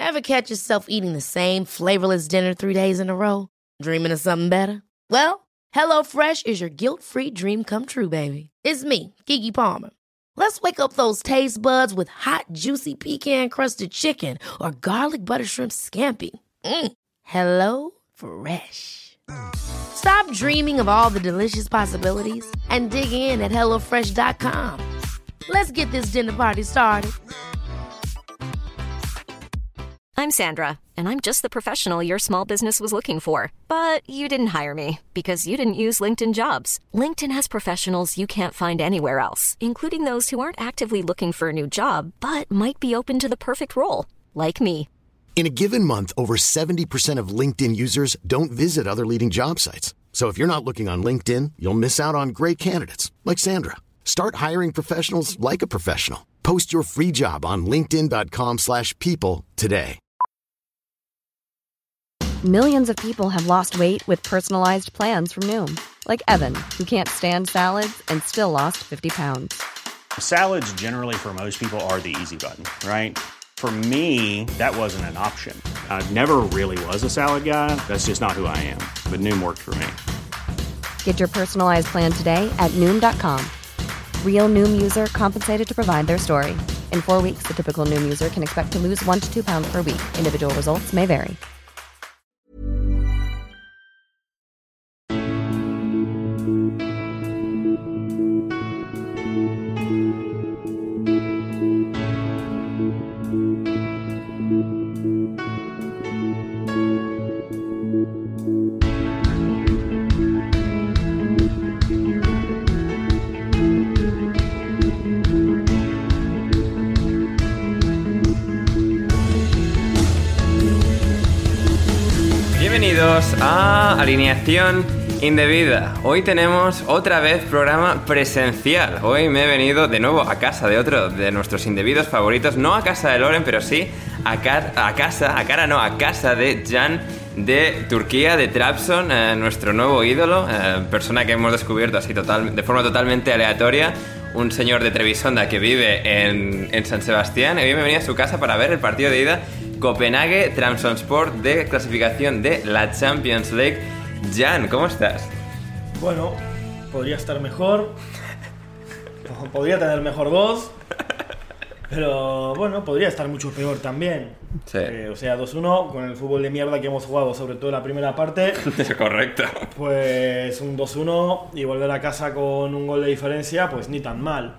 Ever catch yourself eating the same flavorless dinner 3 days in a row? Dreaming of something better? Well, HelloFresh is your guilt-free dream come true, baby. It's me, Keke Palmer. Let's wake up those taste buds with hot, juicy pecan-crusted chicken or garlic butter shrimp scampi. Hello Fresh. Stop dreaming of all the delicious possibilities and dig in at HelloFresh.com. Let's get this dinner party started. I'm Sandra, and I'm just the professional your small business was looking for. But you didn't hire me because you didn't use LinkedIn Jobs. LinkedIn has professionals you can't find anywhere else, including those who aren't actively looking for a new job, but might be open to the perfect role, like me. In a given month, over 70% of LinkedIn users don't visit other leading job sites. So if you're not looking on LinkedIn, you'll miss out on great candidates like Sandra. Start hiring professionals like a professional. Post your free job on linkedin.com/people today. Millions of people have lost weight with personalized plans from Noom. Like Evan, who can't stand salads and still lost 50 pounds. Salads generally for most people are the easy button, right? For me, that wasn't an option. I never really was a salad guy. That's just not who I am. But Noom worked for me. Get your personalized plan today at Noom.com. Real Noom user compensated to provide their story. In 4 weeks, the typical Noom user can expect to lose 1 to 2 pounds per week. Individual results may vary. Bienvenidos a Alineación Indebida. Hoy tenemos otra vez programa presencial. Hoy me he venido de nuevo a casa de otro de nuestros indebidos favoritos. No a casa de Loren, pero sí a casa de Can de Turquía, de Trabzon, nuestro nuevo ídolo, persona que hemos descubierto así de forma totalmente aleatoria. Un señor de Trebisonda que vive en San Sebastián. Y hoy me venía a su casa para ver el partido de ida Copenhague-Trabzonspor de clasificación de la Champions League. Jan, ¿cómo estás? Bueno, podría estar mejor. Podría tener mejor voz. Pero bueno, podría estar mucho peor también. Sí. O sea, 2-1 con el fútbol de mierda que hemos jugado, sobre todo la primera parte. Correcto. Pues un 2-1 y volver a casa con un gol de diferencia, pues ni tan mal.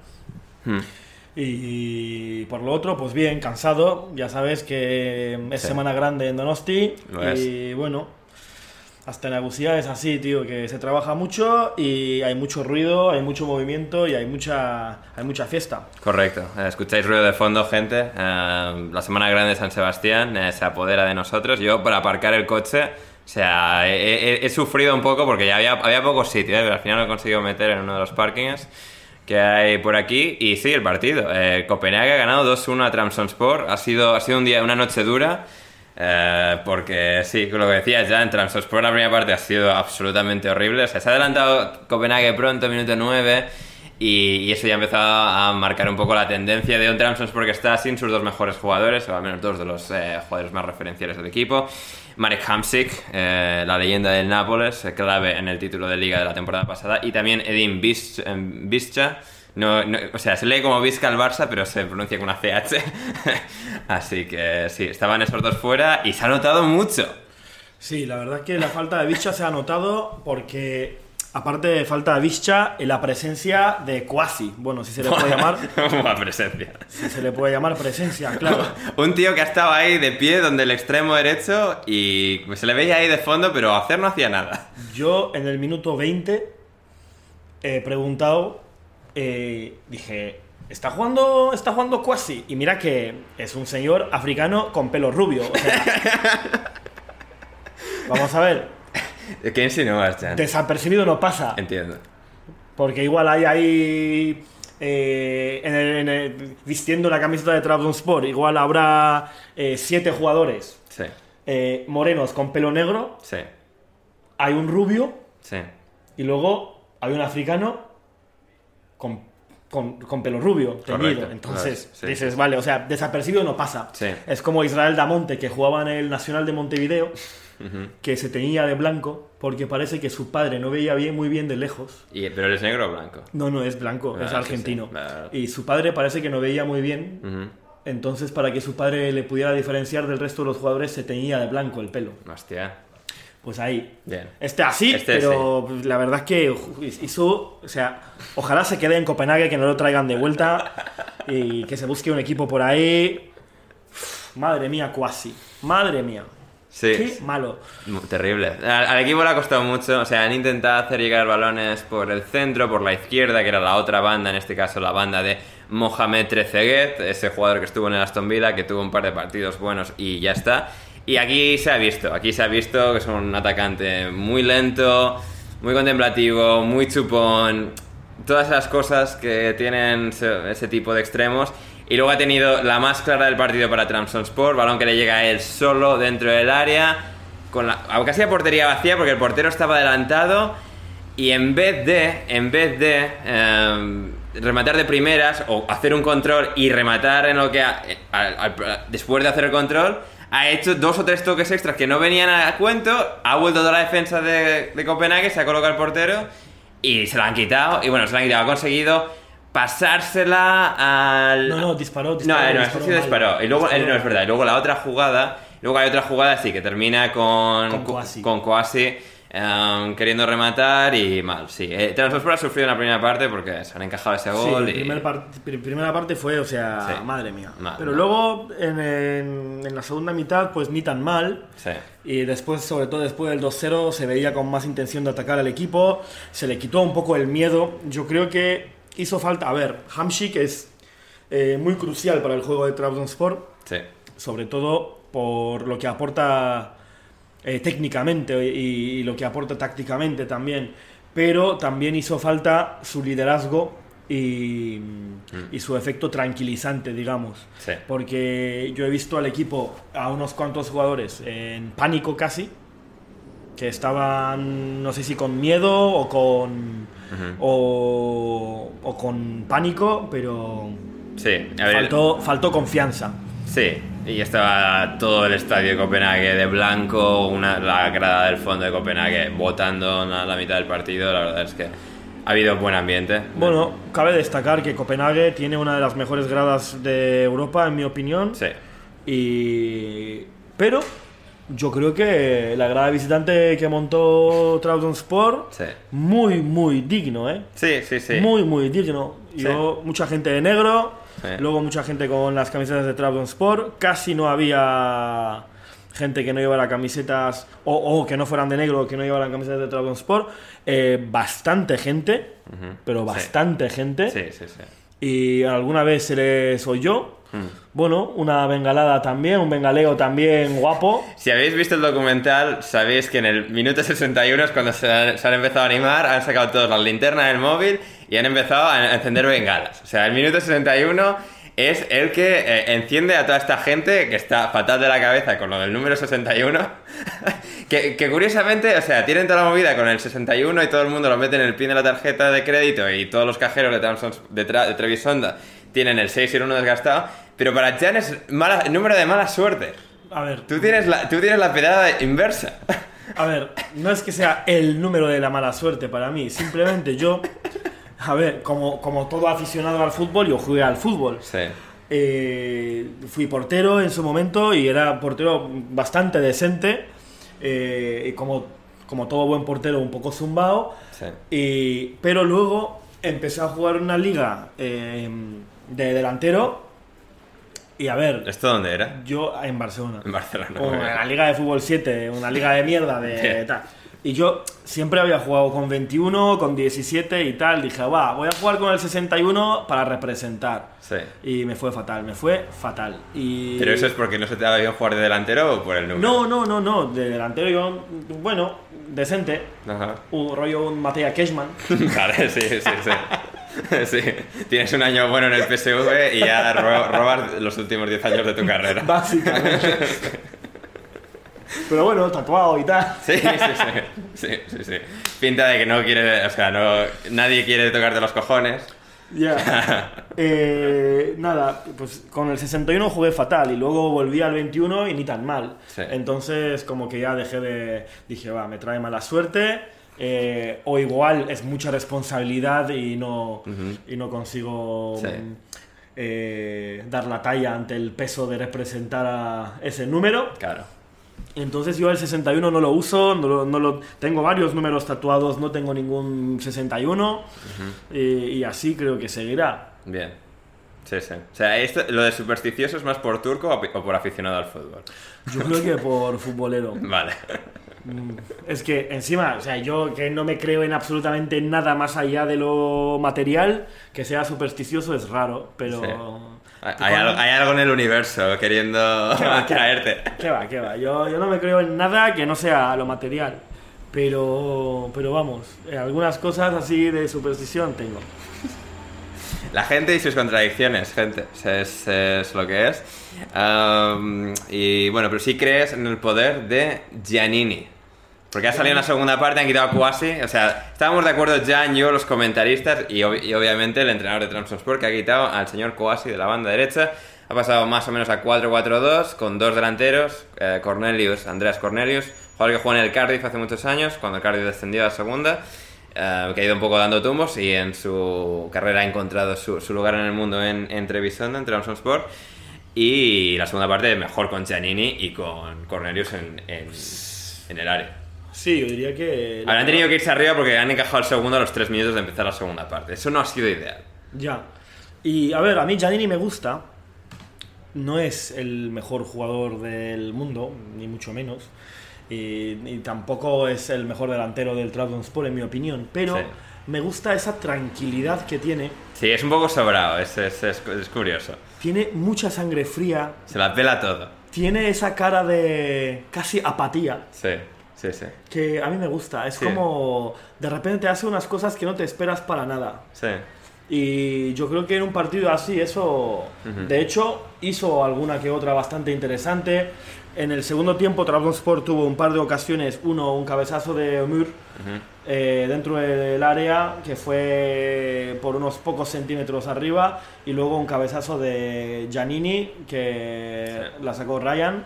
Y por lo otro, pues bien, cansado. Ya sabes que es semana grande en Donosti. Y bueno, hasta en Agusía es así, tío, que se trabaja mucho y hay mucho ruido, hay mucho movimiento y hay mucha fiesta. Correcto. Escucháis ruido de fondo, gente. La semana grande de San Sebastián se apodera de nosotros. Yo, para aparcar el coche, o sea, he sufrido un poco porque ya había poco sitio, pero al final lo he conseguido meter en uno de los parkings que hay por aquí. Y sí, el partido. Copenhague ha ganado 2-1 a Trabzonspor. Ha sido una noche dura. Porque sí, lo que decías ya, en Trabzonspor la primera parte ha sido absolutamente horrible. O sea, se ha adelantado Copenhague pronto, minuto 9, y eso ya ha empezado a marcar un poco la tendencia de un Trabzonspor que está sin sus dos mejores jugadores, o al menos dos de los jugadores más referenciales del equipo. Marek Hamsik, la leyenda del Nápoles, clave en el título de Liga de la temporada pasada, y también Edin Visca. No, o sea, se lee como Vizca al Barça, pero se pronuncia con una CH. Así que sí, estaban esos dos fuera y se ha notado mucho. Sí, la verdad es que la falta de Vizca se ha notado porque, aparte de falta de Vizca, la presencia de Kwasi. Bueno, si se le puede llamar. Buena presencia. Si se le puede llamar presencia, claro. Un tío que ha estado ahí de pie, donde el extremo derecho, y pues se le veía ahí de fondo, pero hacer no hacía nada. Yo, en el minuto 20, he preguntado. Dije, ¿está jugando Kwasi? Y mira que es un señor africano con pelo rubio. O sea, vamos a ver. ¿Qué insinúas, Jan? Desapercibido no pasa. Entiendo. Porque igual hay ahí vistiendo la camiseta de Trabzonspor, igual habrá 7 jugadores. Sí. Morenos con pelo negro. Sí. Hay un rubio. Sí. Y luego hay un africano con con pelo rubio, teñido. Correcto, Entonces, sí, dices, sí. vale, o sea, desapercibido no pasa. Sí. Es como Israel Damonte, que jugaba en el Nacional de Montevideo, que se teñía de blanco porque parece que su padre no veía muy bien de lejos. ¿Pero eres negro o blanco? No, es blanco, es Sí, argentino. sí. Vale. Y su padre parece que no veía muy bien. Entonces, para que su padre le pudiera diferenciar del resto de los jugadores, se teñía de blanco el pelo. Hostia. Pues ahí. Bien. Así, pero la verdad es que hizo... O sea, ojalá se quede en Copenhague, que no lo traigan de vuelta y que se busque un equipo por ahí. Madre mía, Kwasi. Madre mía. Sí. Qué malo. Terrible. Al equipo le ha costado mucho. O sea, han intentado hacer llegar balones por el centro, por la izquierda, que era la otra banda, en este caso la banda de Mohamed Trezeguet, ese jugador que estuvo en el Aston Villa, que tuvo un par de partidos buenos y ya está. Y aquí se ha visto que es un atacante muy lento, muy contemplativo, muy chupón, todas esas cosas que tienen ese tipo de extremos. Y luego ha tenido la más clara del partido para Trabzonspor, balón que le llega a él solo dentro del área, casi a portería vacía porque el portero estaba adelantado, y en vez de rematar de primeras o hacer un control y rematar en lo que después de hacer el control, ha hecho 2 o 3 toques extras que no venían a cuento, ha vuelto toda la defensa de Copenhague, se ha colocado el portero y se la han quitado, ha conseguido pasársela al... No, disparó. Eso sí disparó. Y luego, no, es verdad. Y luego la otra jugada... Luego hay otra jugada, sí, que termina con Kwasi queriendo rematar y mal, sí. Trabzonspor ha sufrido en la primera parte porque se han encajado ese gol. Sí, primera parte fue, o sea, sí, madre mía. Mal, pero luego, en la segunda mitad, pues ni tan mal. Sí. Y después, sobre todo después del 2-0, se veía con más intención de atacar al equipo. Se le quitó un poco el miedo. Yo creo que hizo falta... A ver, Hamsik es muy crucial para el juego de Trabzonspor. Sí. Sobre todo por lo que aporta técnicamente y lo que aporta tácticamente también. Pero también hizo falta su liderazgo y su efecto tranquilizante, digamos. Sí. Porque yo he visto al equipo, a unos cuantos jugadores, en pánico casi, que estaban, no sé si con miedo o con... o con pánico, pero Sí, a ver, faltó confianza. Sí, y estaba todo el estadio de Copenhague de blanco, la grada del fondo de Copenhague votando a la mitad del partido. La verdad es que ha habido buen ambiente. Bueno, cabe destacar que Copenhague tiene una de las mejores gradas de Europa, en mi opinión. Sí. Pero yo creo que la grada visitante que montó Trabzonspor, Sí. muy digno, ¿eh? Sí. Muy digno. Mucha gente de negro, Sí. luego mucha gente con las camisetas de Trabzonspor. Casi no había gente que no llevara camisetas, o que no fueran de negro, que no llevaran camisetas de Trabzonspor. Bastante gente, pero bastante gente. Sí. Y alguna vez se les oyó. Bueno, una bengalada también, un bengaleo también guapo. Si habéis visto el documental, sabéis que en el minuto 61 es cuando se han empezado a animar, han sacado todos las linternas del móvil y han empezado a encender bengalas. O sea, el minuto 61 es el que enciende a toda esta gente que está fatal de la cabeza con lo del número 61. que curiosamente, o sea, tienen toda la movida con el 61 y todo el mundo lo mete en el pin de la tarjeta de crédito y todos los cajeros de Trevisonda tienen el 6 y el 1 desgastado, pero para Jan es número de mala suerte. A ver, Tú tienes la pedada inversa. a ver, no es que sea el número de la mala suerte para mí, simplemente yo, a ver, como todo aficionado al fútbol, yo jugué al fútbol. Sí. Fui portero en su momento y era portero bastante decente, y como todo buen portero, un poco zumbao. Sí. Pero luego empecé a jugar una liga de delantero. Y a ver, ¿Esto dónde era? yo en Barcelona. En Barcelona. En la liga de fútbol 7, una liga de mierda de tal. Y yo siempre había jugado con 21, con 17 y tal. Dije, voy a jugar con el 61 para representar. Sí. Y me fue fatal. Y... ¿Pero eso es porque no se te daba bien jugar de delantero o por el número? No. De delantero yo, bueno, decente. Ajá. Rollo un Matej Keshman. Vale, sí. Sí. Tienes un año bueno en el PSV y ya robas los últimos 10 años de tu carrera. Básicamente. Pero bueno, tatuado y tal. Sí. Pinta de que no quiere, o sea, nadie quiere tocarte los cojones. Ya. Nada, pues con el 61 jugué fatal y luego volví al 21 y ni tan mal. Sí. Entonces como que ya dije, va, me trae mala suerte. O igual es mucha responsabilidad y no consigo dar la talla ante el peso de representar a ese número. Claro. Entonces yo el 61 no lo uso, tengo varios números tatuados, no tengo ningún 61 y así creo que seguirá. Bien. Sí. O sea, lo de supersticioso es más por turco o por aficionado al fútbol. Yo creo que por futbolero. Vale. Es que encima, o sea, yo que no me creo en absolutamente nada más allá de lo material, que sea supersticioso es raro, pero... Sí. Hay algo en el universo queriendo atraerte. ¿Qué va? Yo no me creo en nada que no sea lo material, pero vamos, algunas cosas así de superstición tengo. La gente y sus contradicciones, gente. Es lo que es. Y bueno, pero sí crees en el poder de Giannini. Porque ha salido en la segunda parte, han quitado a Kouassi. O sea, estábamos de acuerdo Jan, yo, los comentaristas y obviamente el entrenador de Trabzonspor, que ha quitado al señor Kouassi de la banda derecha. Ha pasado más o menos a 4-4-2 con dos delanteros, Andreas Cornelius, jugador que jugó en el Cardiff hace muchos años, cuando el Cardiff descendió a segunda. Que ha ido un poco dando tumbos y en su carrera ha encontrado su lugar en el mundo en Treviso, en Trabzonspor. Y la segunda parte mejor con Giannini y con Cornelius en el área. Sí, yo diría que... Habrán tenido que irse arriba porque han encajado el segundo a los 3 minutos de empezar la segunda parte. Eso no ha sido ideal. Ya. Y a ver, a mí Giannini me gusta. No es el mejor jugador del mundo, ni mucho menos. Y tampoco es el mejor delantero del Trabzonspor, en mi opinión. Pero sí, me gusta esa tranquilidad que tiene. Sí, es un poco sobrado, es curioso. Tiene mucha sangre fría. Se la pela todo. Tiene esa cara de casi apatía. Sí. Que a mí me gusta. Es como de repente hace unas cosas que no te esperas para nada. Sí. Y yo creo que en un partido así eso... De hecho, hizo alguna que otra bastante interesante. En el segundo tiempo Trabzonspor tuvo un par de ocasiones. Un cabezazo de Ömür dentro del área, que fue por unos pocos centímetros arriba. Y luego un cabezazo de Giannini, que la sacó Ryan.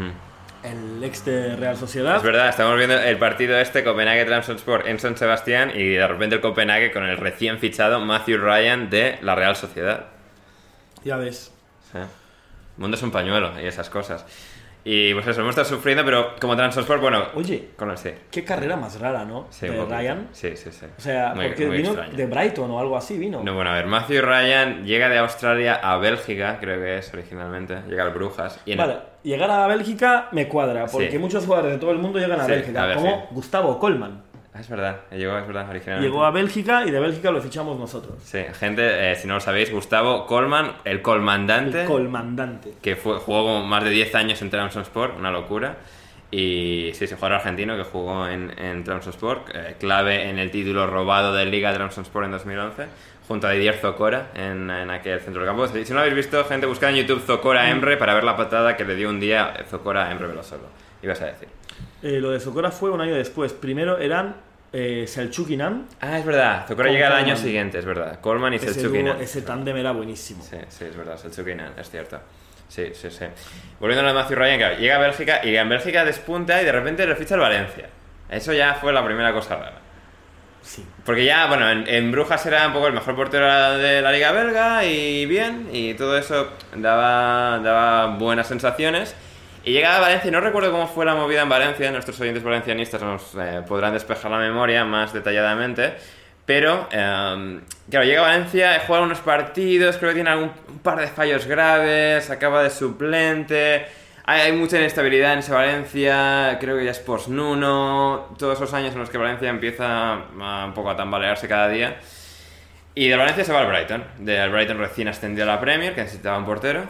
El ex de Real Sociedad. Es verdad, estamos viendo el partido Copenhague-Trabzonspor en San Sebastián y de repente el Copenhague con el recién fichado Matthew Ryan de la Real Sociedad. Ya ves. Sí. El mundo es un pañuelo y esas cosas. Y pues eso, hemos estado sufriendo, pero como Trabzonspor, bueno... Oye, sí. Qué carrera más rara, ¿no? Sí, de Ryan. Sí. O sea, porque muy vino extraño. de Brighton o algo así, vino. No, bueno, a ver, Matthew Ryan llega de Australia a Bélgica, creo que es originalmente. Llega al Brujas. Vale, llegar a Bélgica me cuadra, porque muchos jugadores de todo el mundo llegan a Bélgica, como Gustavo Colman. Es verdad, originalmente. Llegó a Bélgica y de Bélgica lo fichamos nosotros. Sí, gente, si no lo sabéis, Gustavo Colman, el colmandante. El colmandante. Que jugó como más de 10 años en Trabzonspor, una locura. Y sí, jugador argentino que jugó en Trabzonspor, clave en el título robado de Liga Trabzonspor en 2011, junto a Didier Zokora en aquel centro del campo. Si no lo habéis visto, gente, buscad en YouTube Zokora Emre para ver la patada que le dio un día Zokora a Emre Belosolo. Ibas a decir. Lo de Zokora fue un año después. Primero eran Selçuk Inan. Ah, es verdad. Zokora llega al año siguiente, es verdad. Colman y Selçuk Inan. Ese tándem era buenísimo. Sí, es verdad. Selçuk Inan, es cierto. Sí. Volviendo a Matthew Ryan, claro, llega a Bélgica y en Bélgica despunta y de repente le ficha el Valencia. Eso ya fue la primera cosa rara. Sí. Porque ya, bueno, en Brujas era un poco el mejor portero de la Liga belga y bien, y todo eso daba buenas sensaciones. Y llega a Valencia, y no recuerdo cómo fue la movida en Valencia, nuestros oyentes valencianistas nos podrán despejar la memoria más detalladamente, pero, claro, llega a Valencia, juega unos partidos, creo que tiene un par de fallos graves, acaba de suplente, hay mucha inestabilidad en ese Valencia, creo que ya es post-Nuno, todos esos años en los que Valencia empieza un poco a tambalearse cada día, y de Valencia se va al Brighton, del Brighton recién ascendió a la Premier, que necesitaba un portero.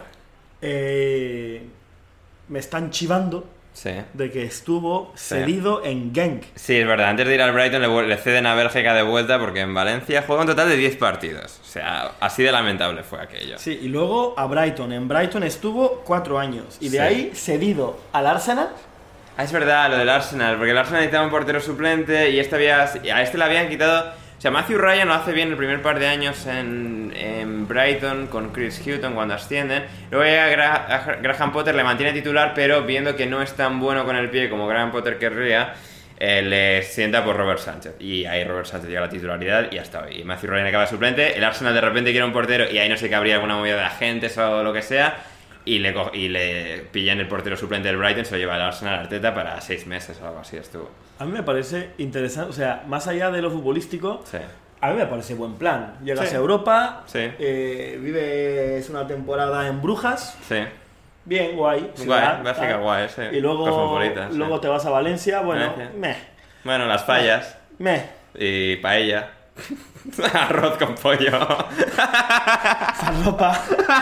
Me están chivando de que estuvo cedido en Genk. Sí, es verdad. Antes de ir al Brighton le ceden a Bélgica de vuelta porque en Valencia juega un total de 10 partidos. O sea, así de lamentable fue aquello. Sí, y luego a Brighton. En Brighton estuvo 4 años. Y de ahí cedido al Arsenal. Ah, es verdad, lo del Arsenal. Porque el Arsenal necesitaba un portero suplente y a este le habían quitado sea, Matthew Ryan lo hace bien el primer par de años en Brighton con Chris Hughton cuando ascienden. Luego llega Graham Potter, le mantiene titular, pero viendo que no es tan bueno con el pie como Graham Potter querría, le sienta por Robert Sánchez. Y ahí Robert Sánchez llega a la titularidad y hasta hoy. Y Matthew Ryan acaba suplente. El Arsenal de repente quiere un portero y ahí no sé qué habría alguna movida de agentes o lo que sea. Y le pillan el portero suplente del Brighton, se lo lleva al Arsenal Arteta para 6 meses o algo así estuvo. A mí me parece interesante, o sea, más allá de lo futbolístico, Sí. a mí me parece buen plan. Llegas Sí. a Europa, Sí. vives una temporada en Brujas, Sí. bien, guay. Guay, Bélgica guay, sí. Y luego Cosmopolita, sí. te vas a Valencia, bueno, Bueno, las fallas y paella. Arroz con pollo. Farlopa.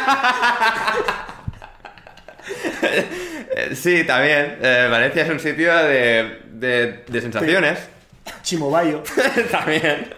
Sí, también. Valencia es un sitio de sensaciones. Chimobayo. También.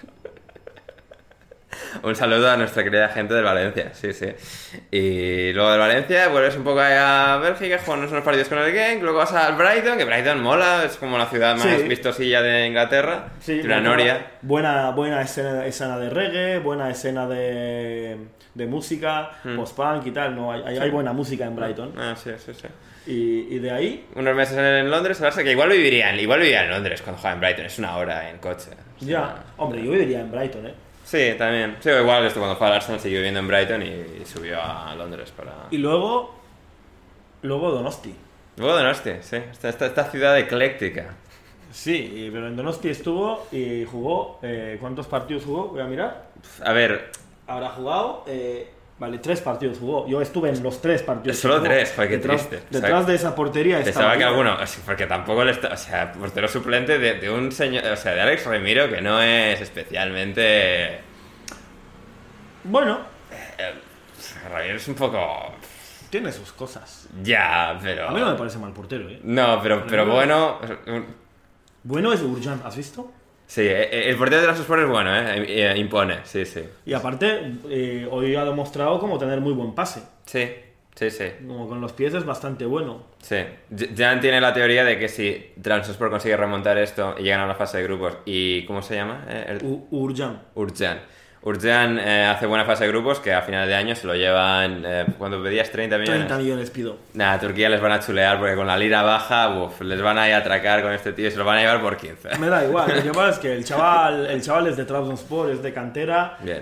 Un saludo a nuestra querida gente del Valencia, sí, sí. Y luego del Valencia vuelves un poco a Bélgica, juegas unos partidos con el Genk, luego vas al Brighton, que Brighton mola, es como la ciudad más Sí. vistosilla de Inglaterra, Sí, una noria. buena escena de reggae, buena escena de música, post-punk y tal, ¿no? Hay buena música en Brighton. Ah, sí, sí, sí. Y de ahí, Unos meses en Londres, a ver, que igual viviría en Londres cuando jugaba en Brighton, es una hora en coche. O sea, ya, hombre, yo viviría en Brighton, ¿eh? Sí, también. Sí, igual esto cuando fue al Arsenal siguió viviendo en Brighton y subió a Londres para... Y luego Donosti. Luego Donosti, sí. Esta ciudad ecléctica. Sí, pero en Donosti estuvo y jugó, ¿cuántos partidos jugó? Voy a mirar. A ver, Habrá jugado, 3 partidos jugó. Yo estuve en los 3 partidos. Solo que jugó. 3, joder, qué triste. Detrás de esa portería pensaba que yo. alguno... Porque tampoco le está... O sea, portero suplente de un señor... O sea, de Alex Remiro, que no es especialmente... Bueno, Ramiro es un poco... tiene sus cosas. Ya, pero... A mí no me parece mal portero, ¿eh? No, pero bueno... Bueno es Urjan, ¿has visto? Sí, el portero de la Sport es bueno, impone, sí, sí. Y aparte, hoy ha demostrado como tener muy buen pase. Sí, sí, sí. Como con los pies es bastante bueno. Sí. Jan tiene la teoría de que si Trabzonspor consigue remontar esto y llegan a la fase de grupos y... ¿Cómo se llama? Urjan. Urjan hace buena fase de grupos, que a final de año se lo llevan... cuando pedías 30 millones. 30 millones pido. Nada, Turquía les van a chulear porque con la lira baja, les van a ir a atracar con este tío y se lo van a llevar por 15. Me da igual, lo que pasa es que el chaval es de Trabzonspor, es de cantera. Bien.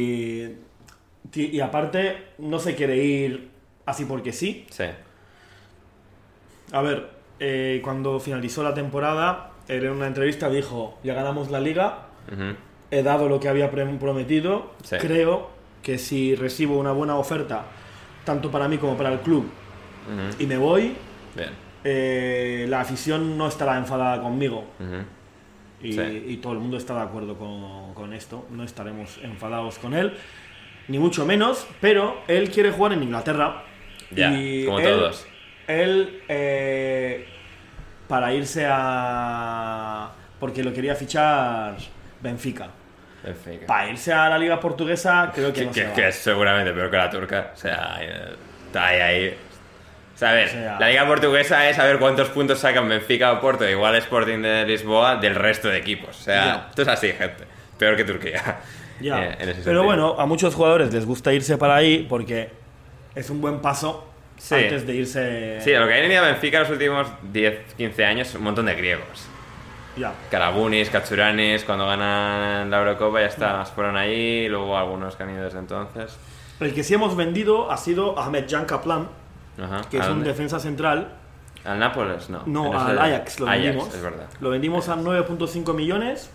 Y aparte no se quiere ir así porque sí. Sí. A ver, cuando finalizó la temporada, él en una entrevista dijo, ya ganamos la liga, he dado lo que había prometido, Sí. creo que si recibo una buena oferta, tanto para mí como para el club, y me voy, Bien. la afición no estará enfadada conmigo. Sí. Y todo el mundo está de acuerdo con esto, no estaremos enfadados con él, ni mucho menos, pero él quiere jugar en Inglaterra. Ya, y como él, todos. Él, para irse a... porque lo quería fichar Benfica. Benfica. Para irse a la liga portuguesa, creo que no se va. Que es seguramente peor que la turca. O sea, está ahí. O sea, a ver, O sea, la liga portuguesa es saber cuántos puntos sacan Benfica o Porto, igual Sporting de Lisboa, del resto de equipos. O sea, Ya. esto es así, gente. Peor que Turquía. Ya. En ese Pero sentido. bueno, a muchos jugadores les gusta irse para ahí porque es un buen paso Sí. antes de irse. Sí, lo que ha venido a Benfica los últimos 10-15 años, un montón de griegos. Ya. Karabunis, Katsuranis, cuando ganan la Eurocopa ya está, fueron ahí, luego algunos que han ido desde entonces. El que sí hemos vendido ha sido Ahmed Can Kaplan, Ajá. que ¿A es un dónde? defensa central. ¿Al Nápoles? No. No, En ese- al Ajax lo vendimos. Es verdad. Lo vendimos a 9.5 millones.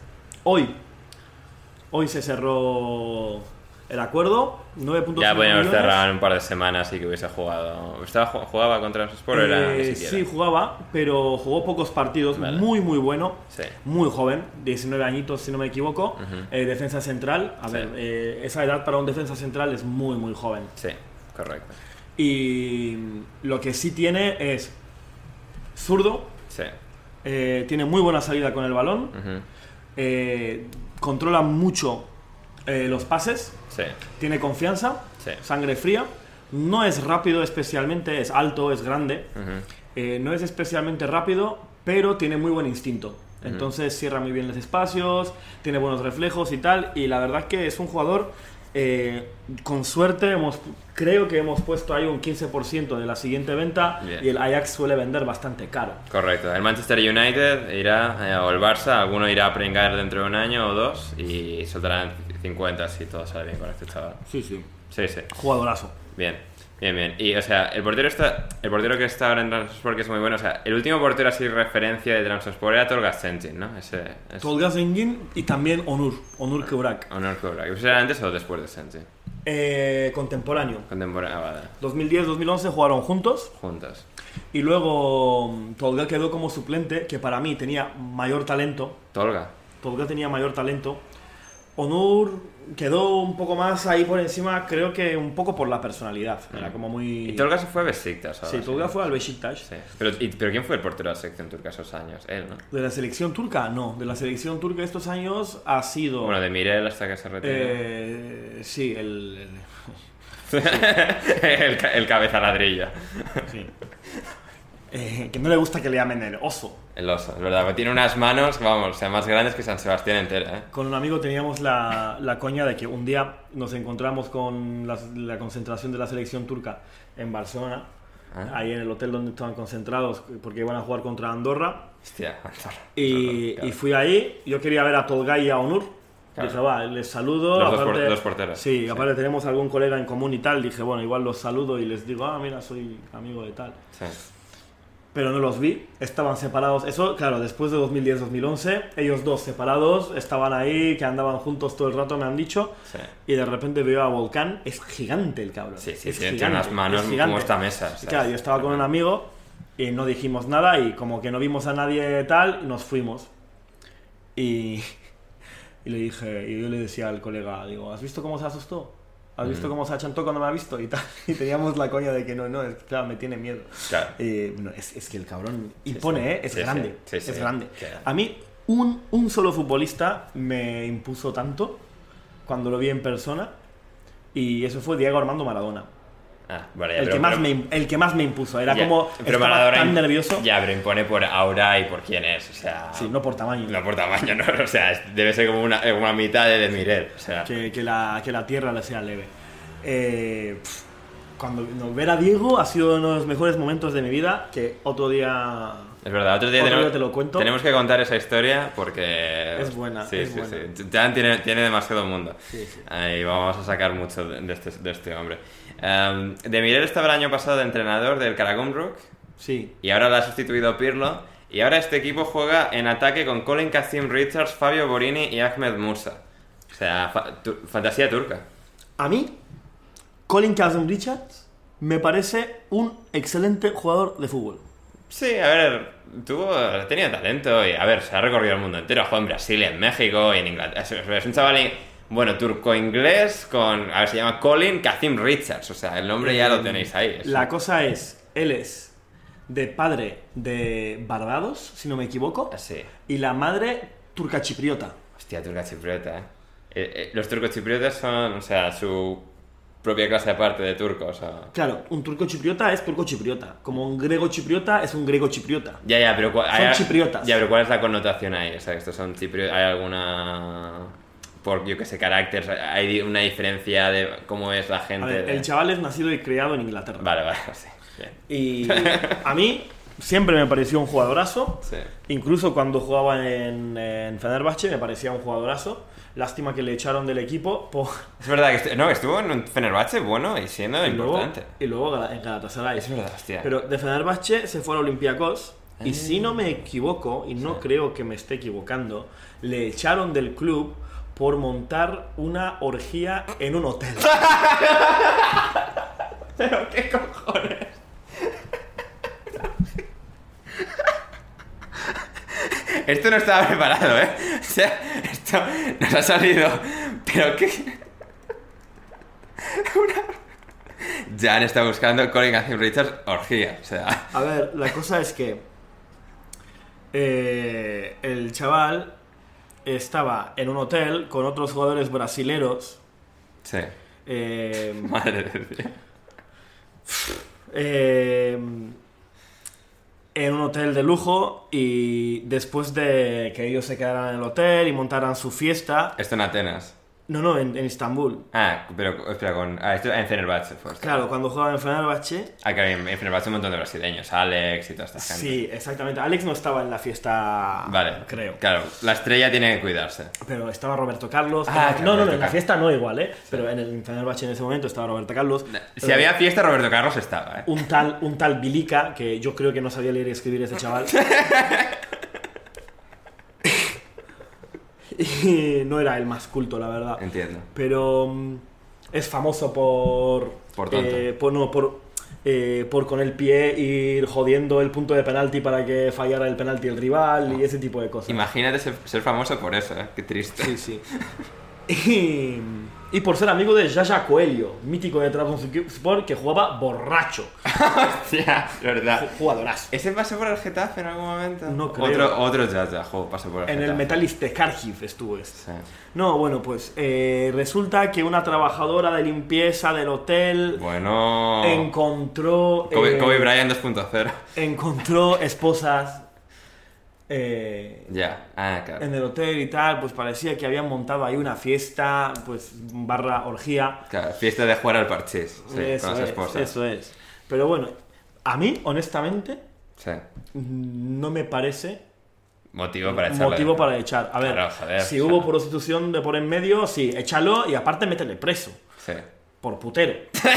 Hoy se cerró el acuerdo. 9.5 Ya podíamos millones. cerrar en un par de semanas y que hubiese jugado. ¿Jugaba contra los Sport o era ni siquiera? Sí, jugaba, pero jugó pocos partidos. Vale. Muy, muy bueno. Sí. Muy joven, 19 añitos si no me equivoco. Defensa central. A Sí. ver, esa edad para un defensa central es muy, muy joven. Sí, correcto. Y lo que sí tiene es zurdo. Sí. Tiene muy buena salida con el balón. Ujú. Controla mucho los pases. Sí. Tiene confianza. Sí. Sangre fría. No es rápido especialmente. Es alto, es grande. Ujú. No es especialmente rápido, pero tiene muy buen instinto. Entonces cierra muy bien los espacios, tiene buenos reflejos y tal. Y la verdad que es un jugador, con suerte, creo que hemos puesto ahí un 15% de la siguiente venta. Bien. Y el Ajax suele vender bastante caro. Correcto. El Manchester United irá, o el Barça, alguno irá a pringar dentro de un año o dos y soltarán 50 si todo sale bien con este chaval. Sí, sí. Sí, sí. Jugadorazo. Bien, bien, bien. Y, o sea, el portero que está ahora en Trabzonspor, que es muy bueno, o sea, el último portero así referencia de Trabzonspor era Tolga Sentin, ¿no? Tolga Sentin y también Onur Kıvrak. Onur Kıvrak. ¿Eso era antes o después de Sentin? Contemporáneo. Contemporáneo, vale. 2010-2011 jugaron juntos. Juntos. Y luego Tolga quedó como suplente, que para mí tenía mayor talento. Tolga tenía mayor talento. Onur quedó un poco más ahí por encima, creo que un poco por la personalidad. Era como muy... Y Tolga se fue a Besiktas ahora. Sí, Tolga fue al Besiktas. Sí. Pero ¿quién fue el portero de la selección turca esos años? Él, ¿no? De la selección turca, no. De la selección turca estos años ha sido... Bueno, de Mirel hasta que se retiró. Sí, el cabeza ladrilla. Sí. Que no le gusta que le llamen el oso. El oso, es verdad, porque tiene unas manos, vamos, o sea, más grandes que San Sebastián entera, ¿eh? Con un amigo teníamos la coña de que un día nos encontramos con la concentración de la selección turca en Barcelona, ahí en el hotel donde estaban concentrados, porque iban a jugar contra Andorra. Hostia, Andorra. Y fui ahí, yo quería ver a Tolga y a Onur. Claro. Dije, va, les saludo. Los dos porteros. Sí, aparte tenemos algún colega en común y tal. Dije, bueno, igual los saludo y les digo, mira, soy amigo de tal. Sí. Pero no los vi, estaban separados. Eso, claro, después de 2010-2011, ellos dos separados, estaban ahí, que andaban juntos todo el rato, me han dicho. Sí. Y de repente veo a Volcán, es gigante el cabrón. Sí, es tiene gigante, unas manos como esta mesa. ¿sabes? Claro, yo estaba con un amigo y no dijimos nada y como que no vimos a nadie tal, nos fuimos. Y le dije, y yo le decía al colega, digo, ¿has visto cómo se asustó? ¿Has visto cómo se achantó cuando me ha visto? Y tal. Y teníamos la coña de que no, claro, me tiene miedo. Claro. No, es que el cabrón impone, es grande. Sí, es grande. Claro. A mí, un solo futbolista me impuso tanto cuando lo vi en persona. Y eso fue Diego Armando Maradona. Vale, el que más me impuso. Era como. Pero estaba Maradona tan nervioso. Ya, pero impone por aura y por quién es. O sea. Sí, no por tamaño. No por tamaño, no. O sea, debe ser como una mitad de Mirel. O sea. Que la tierra le sea leve. Cuando ver a Diego ha sido uno de los mejores momentos de mi vida. Que otro día. Es verdad, otro día te lo cuento. Tenemos que contar esa historia porque... Es buena, sí, es sí, buena. Sí. Ya tiene demasiado mundo. Sí, sí. Y vamos a sacar mucho de este hombre. De Mirel estaba el año pasado de entrenador del Karagümrük. Sí. Y ahora la ha sustituido Pirlo. Y ahora este equipo juega en ataque con Colin Kazim Richards, Fabio Borini y Ahmed Musa. O sea, fantasía turca. A mí, Colin Kazim Richards me parece un excelente jugador de fútbol. Sí, a ver, tenía talento y, a ver, se ha recorrido el mundo entero. Ha jugado en Brasil, en México y en Inglaterra. Es un chaval, bueno, turco-inglés con, a ver, se llama Colin Kazim Richards. O sea, el nombre ya lo tenéis ahí. La cosa es, él es de padre de Barbados, si no me equivoco. Sí. Y la madre turca-chipriota. Hostia, turca-chipriota, los turcos-chipriotas son, o sea, su propia clase aparte de turcos. Claro, un turco-chipriota es turco-chipriota. Como un griego-chipriota es un griego-chipriota. Ya, pero... Son chipriotas. Ya, pero ¿cuál es la connotación ahí? O sea, estos son chipriotas... ¿Hay alguna...? Por, yo que sé, carácter, ¿hay una diferencia de cómo es la gente? A ver, el chaval es nacido y criado en Inglaterra. Vale, sí. Bien. Y a mí siempre me pareció un jugadorazo. Sí. Incluso cuando jugaba en Fenerbahce me parecía un jugadorazo. Lástima que le echaron del equipo. Es verdad que estuvo en un Fenerbahce bueno y siendo importante. Y luego en Galatasaray. Es verdad, hostia. Pero de Fenerbahce se fue al Olympiacos. Y si no me equivoco, y no creo que me esté equivocando, le echaron del club por montar una orgía en un hotel. ¿Pero qué cojones? Esto no estaba preparado, ¿eh? O sea, esto nos ha salido... ¿Pero qué? Jan está buscando Colin Kazim Richards orgía, o sea... A ver, la cosa es que el chaval estaba en un hotel con otros jugadores brasileros. Sí. Madre de Dios. en un hotel de lujo y después de que ellos se quedaran en el hotel y montaran su fiesta... Esto en Atenas. No, en Estambul. Pero espera, esto en Fenerbahce fue. Claro, cuando jugaban en Fenerbahce... Claro, en Fenerbahce un montón de brasileños, Alex y toda esta gente. Sí, exactamente. Alex no estaba en la fiesta, vale, creo. Claro, la estrella tiene que cuidarse. Pero estaba Roberto Carlos. Claro, no, Roberto en la fiesta no igual, ¿eh? Sí. Pero en el Fenerbahce en ese momento estaba Roberto Carlos. Si había fiesta, Roberto Carlos estaba, ¿eh? Un tal Bilica, que yo creo que no sabía leer y escribir ese chaval. Y no era el más culto, la verdad. Entiendo. Pero es famoso por tonto. Por con el pie ir jodiendo el punto de penalti para que fallara el penalti el rival y ese tipo de cosas. Imagínate ser famoso por eso, ¿eh? Qué triste. Sí. Y por ser amigo de Yaya Coelho, mítico de Trabzonspor, que jugaba borracho. Hostia, verdad. Jugadorazo. ¿Ese pasó por el Getafe en algún momento? No creo. Otro Yaya pasó por el Getafe. En el Metalist de Cardiff estuvo este. Sí. No, bueno, pues resulta que una trabajadora de limpieza del hotel encontró... Kobe Bryant 2.0. Encontró esposas... claro. En el hotel y tal, pues parecía que habían montado ahí una fiesta, pues barra orgía. Claro, fiesta de jugar al parchís, sí, con las esposas. Eso es. Pero bueno, a mí, honestamente, sí, no me parece motivo para echar. A ver, claro, joder, si hubo prostitución de por en medio, sí, échalo y aparte métele preso. Sí. Por putero.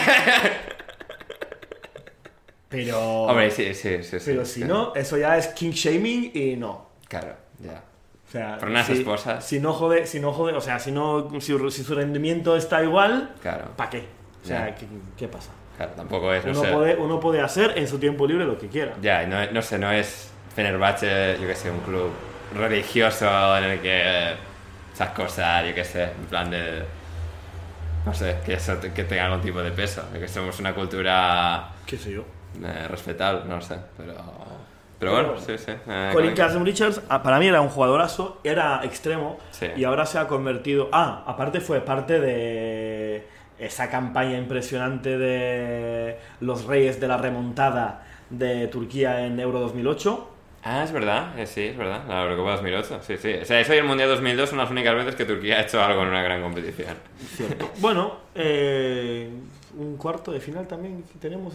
Pero... Hombre, sí. Pero si no, eso ya es king shaming y no. Claro, ya. O sea, por unas esposas. Si no jode, o sea, si su rendimiento está igual, claro. ¿para qué? O sea, ¿qué pasa? Claro, tampoco es, uno puede hacer en su tiempo libre lo que quiera. Ya, no es Fenerbahce, yo que sé, un club religioso en el que esas cosas, yo que sé, en plan de... No sé, que eso que tenga algún tipo de peso, que somos una cultura... ¿Qué sé yo? Respetable, no sé, pero bueno, sí. Colin Kazem-Richards, para mí era un jugadorazo, era extremo, sí. Y ahora se ha convertido... aparte fue parte de esa campaña impresionante de los reyes de la remontada de Turquía en Euro 2008. Es verdad, sí, es verdad, la Eurocopa 2008, sí. O sea, eso y el Mundial 2002 son las únicas veces que Turquía ha hecho algo en una gran competición. Cierto. Bueno, un cuarto de final también tenemos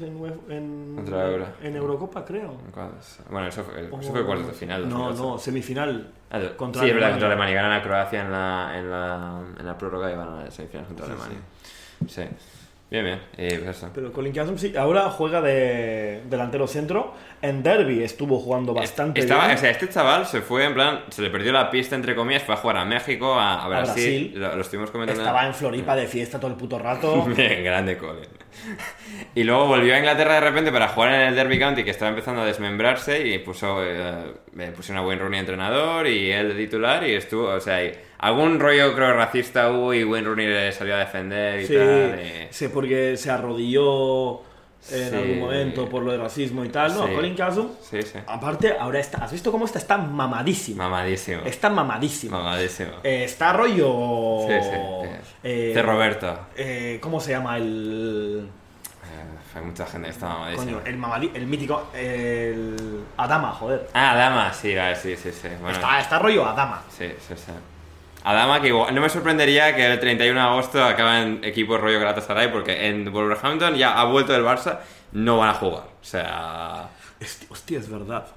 en Eurocopa, creo. Bueno, eso fue cuartos de final. No, semifinal. Contra Alemania. Es verdad, contra Alemania. Ganan a Croacia en la prórroga y van a las semifinales contra Alemania. Sí. Bien, pues eso. Pero Colin Kazem sí, ahora juega de delantero centro. En Derby estuvo jugando bastante bien. O sea, este chaval se fue, en plan, se le perdió la pista, entre comillas, fue a jugar a México, a Brasil. Lo estuvimos comentando. Estaba en Floripa de fiesta todo el puto rato. Bien, grande Colin. Y luego volvió a Inglaterra de repente para jugar en el Derby County, que estaba empezando a desmembrarse, y pusieron a Wayne Rooney entrenador y él de titular, y estuvo, o sea, algún rollo creo racista hubo y Wayne Rooney le salió a defender y tal. Sí, porque se arrodilló en algún momento por lo de racismo y tal. No, Colin Kazem, aparte, ahora ¿has visto cómo está mamadísimo? Está mamadísimo. Está rollo... De Roberto. ¿Cómo se llama el...? Hay mucha gente que está mamadísimo. Coño, el mítico... Adama, joder. Adama, sí. Bueno, está rollo Adama. Sí. Adama, que igual, no me sorprendería que el 31 de agosto acabe en equipo rollo Galatasaray, porque en Wolverhampton ya ha vuelto del Barça, no van a jugar. O sea... Hostia, es verdad.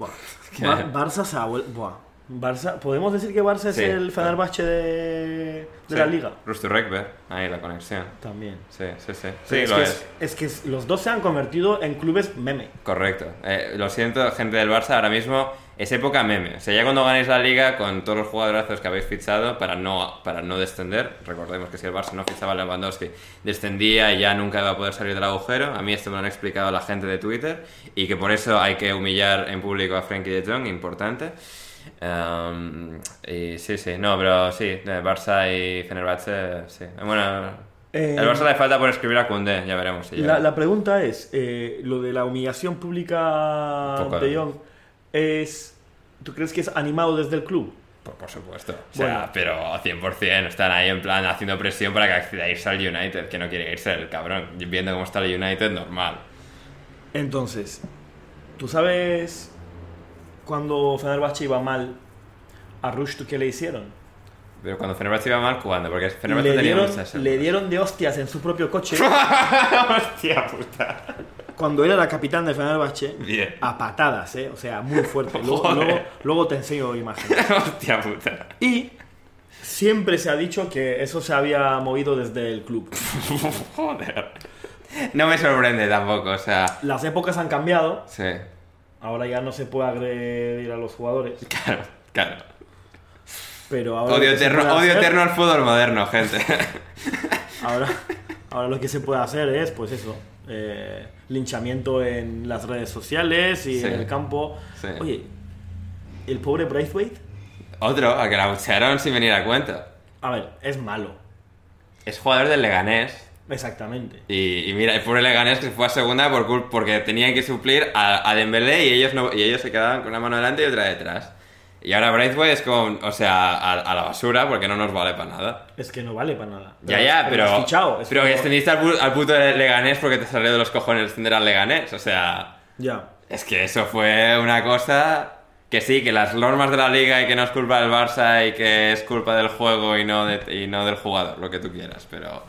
Barça se ha vuelto... Barça, ¿podemos decir que Barça es el Fenerbahce de la Liga? Rusturrekber, ahí la conexión. También. Sí, es que los dos se han convertido en clubes meme. Correcto. Lo siento, gente del Barça, ahora mismo es época meme. O sea, ya cuando ganéis la Liga, con todos los jugadorazos que habéis fichado para no descender, recordemos que si el Barça no fichaba a Lewandowski, descendía y ya nunca iba a poder salir del agujero. A mí esto me lo han explicado la gente de Twitter, y que por eso hay que humillar en público a Frenkie de Jong, importante. Y no, pero sí, Barça y Fenerbahce, sí. Bueno, el Barça le falta por escribir a Koundé, ya veremos. Si la pregunta es, lo de la humillación pública de Jong, ¿tú crees que es animado desde el club? Por supuesto, o sea, pero 100% están ahí en plan haciendo presión para que acceda a irse al United, que no quiere irse el cabrón, viendo cómo está el United, normal. Entonces, ¿Tú sabes cuando Fenerbahce iba mal a Rushd qué le hicieron? Pero cuando Fenerbahce iba mal, ¿cuándo? Porque Fenerbahce tenía muchas... Le dieron de hostias en su propio coche. Hostia puta. Cuando él era capitán de Fenerbahce. Bien. A patadas, ¿eh? O sea, muy fuerte. Joder. Luego te enseño imágenes. Hostia puta. Y siempre se ha dicho que eso se había movido desde el club. Joder. No me sorprende tampoco, o sea... Las épocas han cambiado. Sí. Ahora ya no se puede agredir a los jugadores. Claro. Pero ahora Odio eterno al fútbol moderno, gente. Ahora lo que se puede hacer es, pues eso, linchamiento en las redes sociales y en el campo. Sí. Oye, el pobre Braithwaite. Otro, a que la buchearon sin venir a cuento. A ver, es malo. Es jugador del Leganés. Exactamente. Y mira, el pobre Leganés que se fue a segunda porque tenían que suplir a Dembélé y ellos se quedaban con una mano delante y otra detrás. Y ahora Braithwaite es como, o sea, a la basura porque no nos vale para nada. Es que no vale para nada. Pero has fichado, pero que extendiste al puto Leganés porque te salió de los cojones extender al Leganés, o sea... Ya. Es que eso fue una cosa... Que sí, que las normas de la liga y que no es culpa del Barça y que es culpa del juego y no del jugador, lo que tú quieras, pero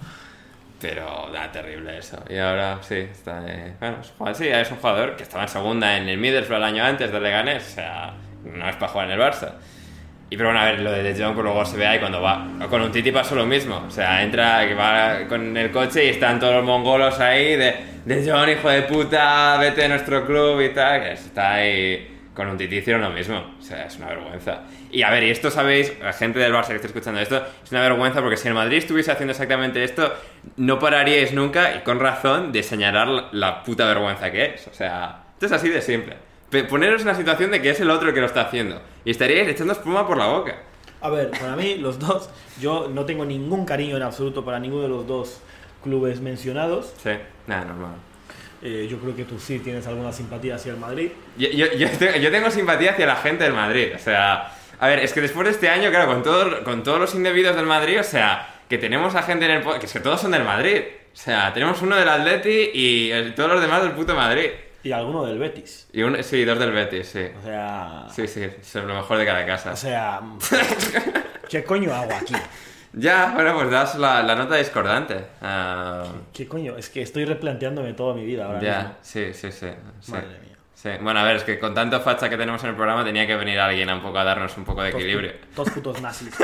da terrible eso. Y ahora sí, está... sí, es un jugador que estaba en segunda en el Middlesbrough el año antes del Leganés, o sea... No es para jugar en el Barça. Y pero bueno, a ver, lo de Jong pues luego se ve ahí cuando va. Con un Titi pasó lo mismo. O sea, entra, que va con el coche y están todos los mongolos ahí de Jong, hijo de puta, vete de nuestro club y tal. Que está ahí. Con un Titi hicieron lo mismo. O sea, es una vergüenza. Y a ver, y esto sabéis, la gente del Barça que está escuchando esto, es una vergüenza porque si el Madrid estuviese haciendo exactamente esto, no pararíais nunca, y con razón, de señalar la puta vergüenza que es. O sea, esto es así de simple. Poneros en la situación de que es el otro el que lo está haciendo y estaríais echando espuma por la boca. A ver, para mí los dos, yo no tengo ningún cariño en absoluto para ninguno de los dos clubes mencionados. Sí, nada, normal. Yo creo que tú sí tienes alguna simpatía hacia el Madrid. Yo tengo simpatía hacia la gente del Madrid, o sea... A ver, es que después de este año, claro, con todos los indebidos del Madrid, o sea, que tenemos a gente en el... Que es que todos son del Madrid. O sea, tenemos uno del Atleti y todos los demás del puto Madrid. Y alguno del Betis. Sí, dos del Betis, sí. O sea... Sí, es lo mejor de cada casa. O sea... ¿Qué coño hago aquí? Ya, bueno, pues das la nota discordante. ¿Qué coño? Es que estoy replanteándome toda mi vida ahora mismo. Sí. Madre mía. Sí. Bueno, a ver, es que con tanto facha que tenemos en el programa tenía que venir alguien un poco a darnos un poco de equilibrio. Todos putos nazis.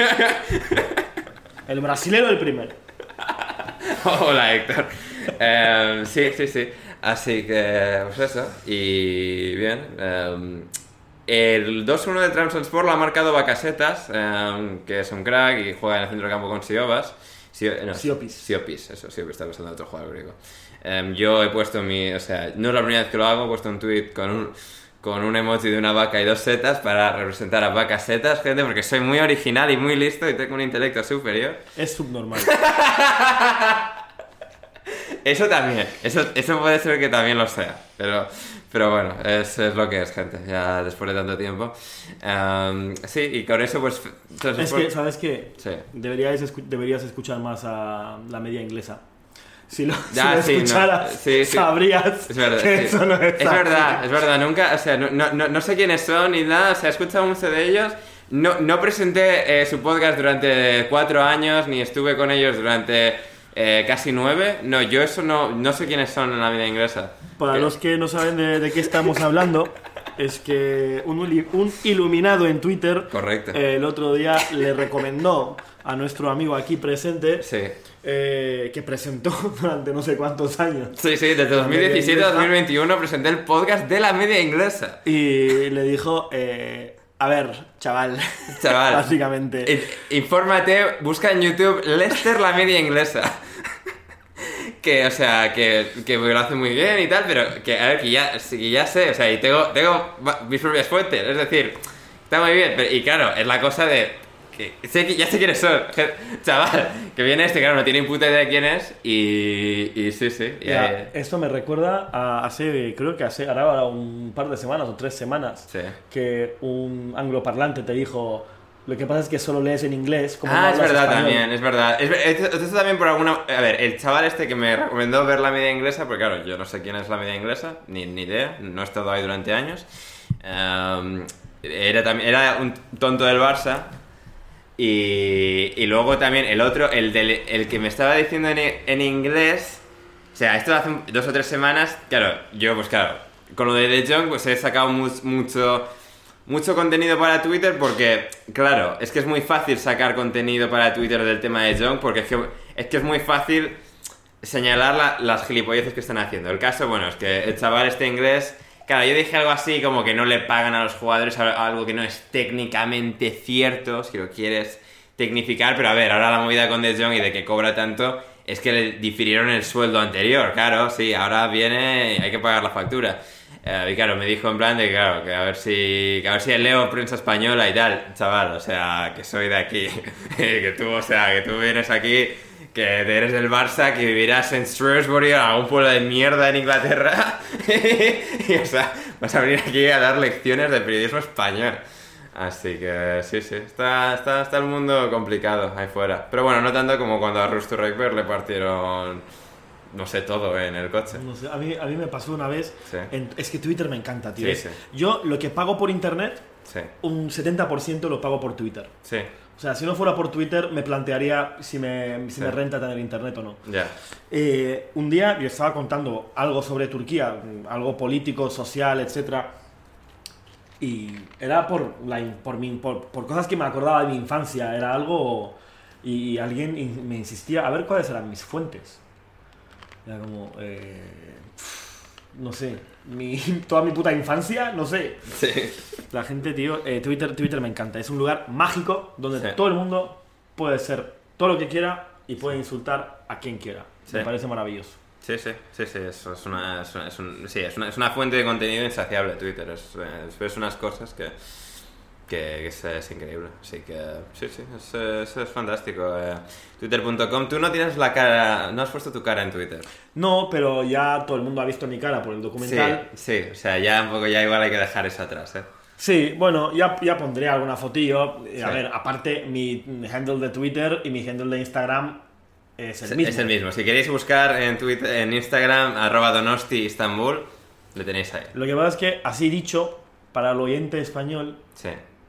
El brasilero el primero. Hola, Héctor. Sí. Así que, pues eso. Y bien. El 2-1 del Trabzonspor lo ha marcado Bakasetas, que es un crack y juega en el centro del campo con Siobas. Siopis, está pasando otro jugador griego. Yo he puesto o sea, no es la primera vez que lo hago, he puesto un tweet con un emoji de una vaca y dos setas para representar a Bakasetas, gente, porque soy muy original y muy listo y tengo un intelecto superior. Es subnormal. Eso también, eso puede ser que también lo sea, pero bueno, es lo que es, gente, ya después de tanto tiempo. Sí, y con eso pues... Es que, ¿sabes qué? Sí. Deberías escuchar más a la media inglesa. Si lo sí, escucharas, sí. sabrías es verdad, que sí. eso no es Es verdad, nunca, o sea, no sé quiénes son ni nada, o sea, he escuchado mucho de ellos. No presenté su podcast durante 4 años, ni estuve con ellos durante... casi 9. No, yo eso no sé quiénes son en la media inglesa. Para los que no saben de qué estamos hablando, es que un iluminado en Twitter, correcto, el otro día le recomendó a nuestro amigo aquí presente, sí, que presentó durante no sé cuántos años. Sí, desde 2017 a 2021 presenté el podcast de la media inglesa. Y le dijo... a ver, chaval, básicamente. Infórmate, busca en YouTube Leicester la media inglesa. Que, o sea, que lo hace muy bien y tal, pero que, a ver, que ya sé, o sea, y tengo mis propias fuentes, es decir, está muy bien, pero, y claro, es la cosa de... ya sé quiénes son, chaval, que viene claro, no tiene ni puta idea de quién es y sí. Ya, esto me recuerda a creo que ahora un par de semanas o 3 semanas, sí, que un angloparlante te dijo, Lo que pasa es que solo lees en inglés. Como no Es hablas verdad español. también, es verdad. Esto también por alguna... A ver, el chaval este que me recomendó ver la media inglesa, porque claro, yo no sé quién es la media inglesa, ni idea, no he estado ahí durante años. Era un tonto del Barça. Y luego también el otro, el que me estaba diciendo en inglés... O sea, esto hace 2 o 3 semanas, claro, yo pues claro, con lo de De Jong pues he sacado mucho contenido para Twitter porque, claro, es que es muy fácil sacar contenido para Twitter del tema de Jong porque es que es muy fácil señalar las gilipolleces que están haciendo. El caso, bueno, es que el chaval este inglés, claro, yo dije algo así como que no le pagan a los jugadores, algo que no es técnicamente cierto, si lo quieres tecnificar, pero a ver, ahora la movida con De Jong y de que cobra tanto es que le difirieron el sueldo anterior, claro, sí, ahora viene y hay que pagar la factura. Y claro, me dijo en plan de claro, que a ver si leo prensa española y tal, chaval, o sea, que soy de aquí, que tú vienes aquí, que eres del Barça, que vivirás en Shrewsbury, en algún pueblo de mierda en Inglaterra, y o sea, vas a venir aquí a dar lecciones de periodismo español. Así que sí, está el mundo complicado ahí fuera. Pero bueno, no tanto como cuando a Rusto Rekber le partieron, no sé, todo en el coche. No sé, a mí me pasó una vez, Sí. Es que Twitter me encanta, tío. Sí. Yo lo que pago por internet, Sí, un 70% lo pago por Twitter. sí, O sea, si no fuera por Twitter, me plantearía si me renta tener internet o no. ya. Un día yo estaba contando algo sobre Turquía, algo político, social, etcétera, y era por cosas que me acordaba de mi infancia, era algo... Y alguien me insistía a ver cuáles eran mis fuentes. Era como... no sé, toda mi puta infancia, no sé. Sí. La gente, tío, Twitter me encanta. Es un lugar mágico donde Sí. todo el mundo puede ser todo lo que quiera y puede insultar a quien quiera. Sí. Me parece maravilloso. Sí, eso es una fuente de contenido insaciable Twitter, es unas cosas que es increíble, así que sí, es fantástico. Twitter.com, tú no tienes la cara, no has puesto tu cara en Twitter. No, pero ya todo el mundo ha visto mi cara por el documental. Sí, o sea, ya un poco, ya igual hay que dejar eso atrás, Sí, bueno, ya pondré alguna fotillo. Sí. A ver, aparte, mi handle de Twitter y mi handle de Instagram es el mismo. Es el mismo, si queréis buscar en Twitter, en Instagram, @donosti_Istanbul, le tenéis ahí. Lo que pasa es que, así dicho, para el oyente español, Sí,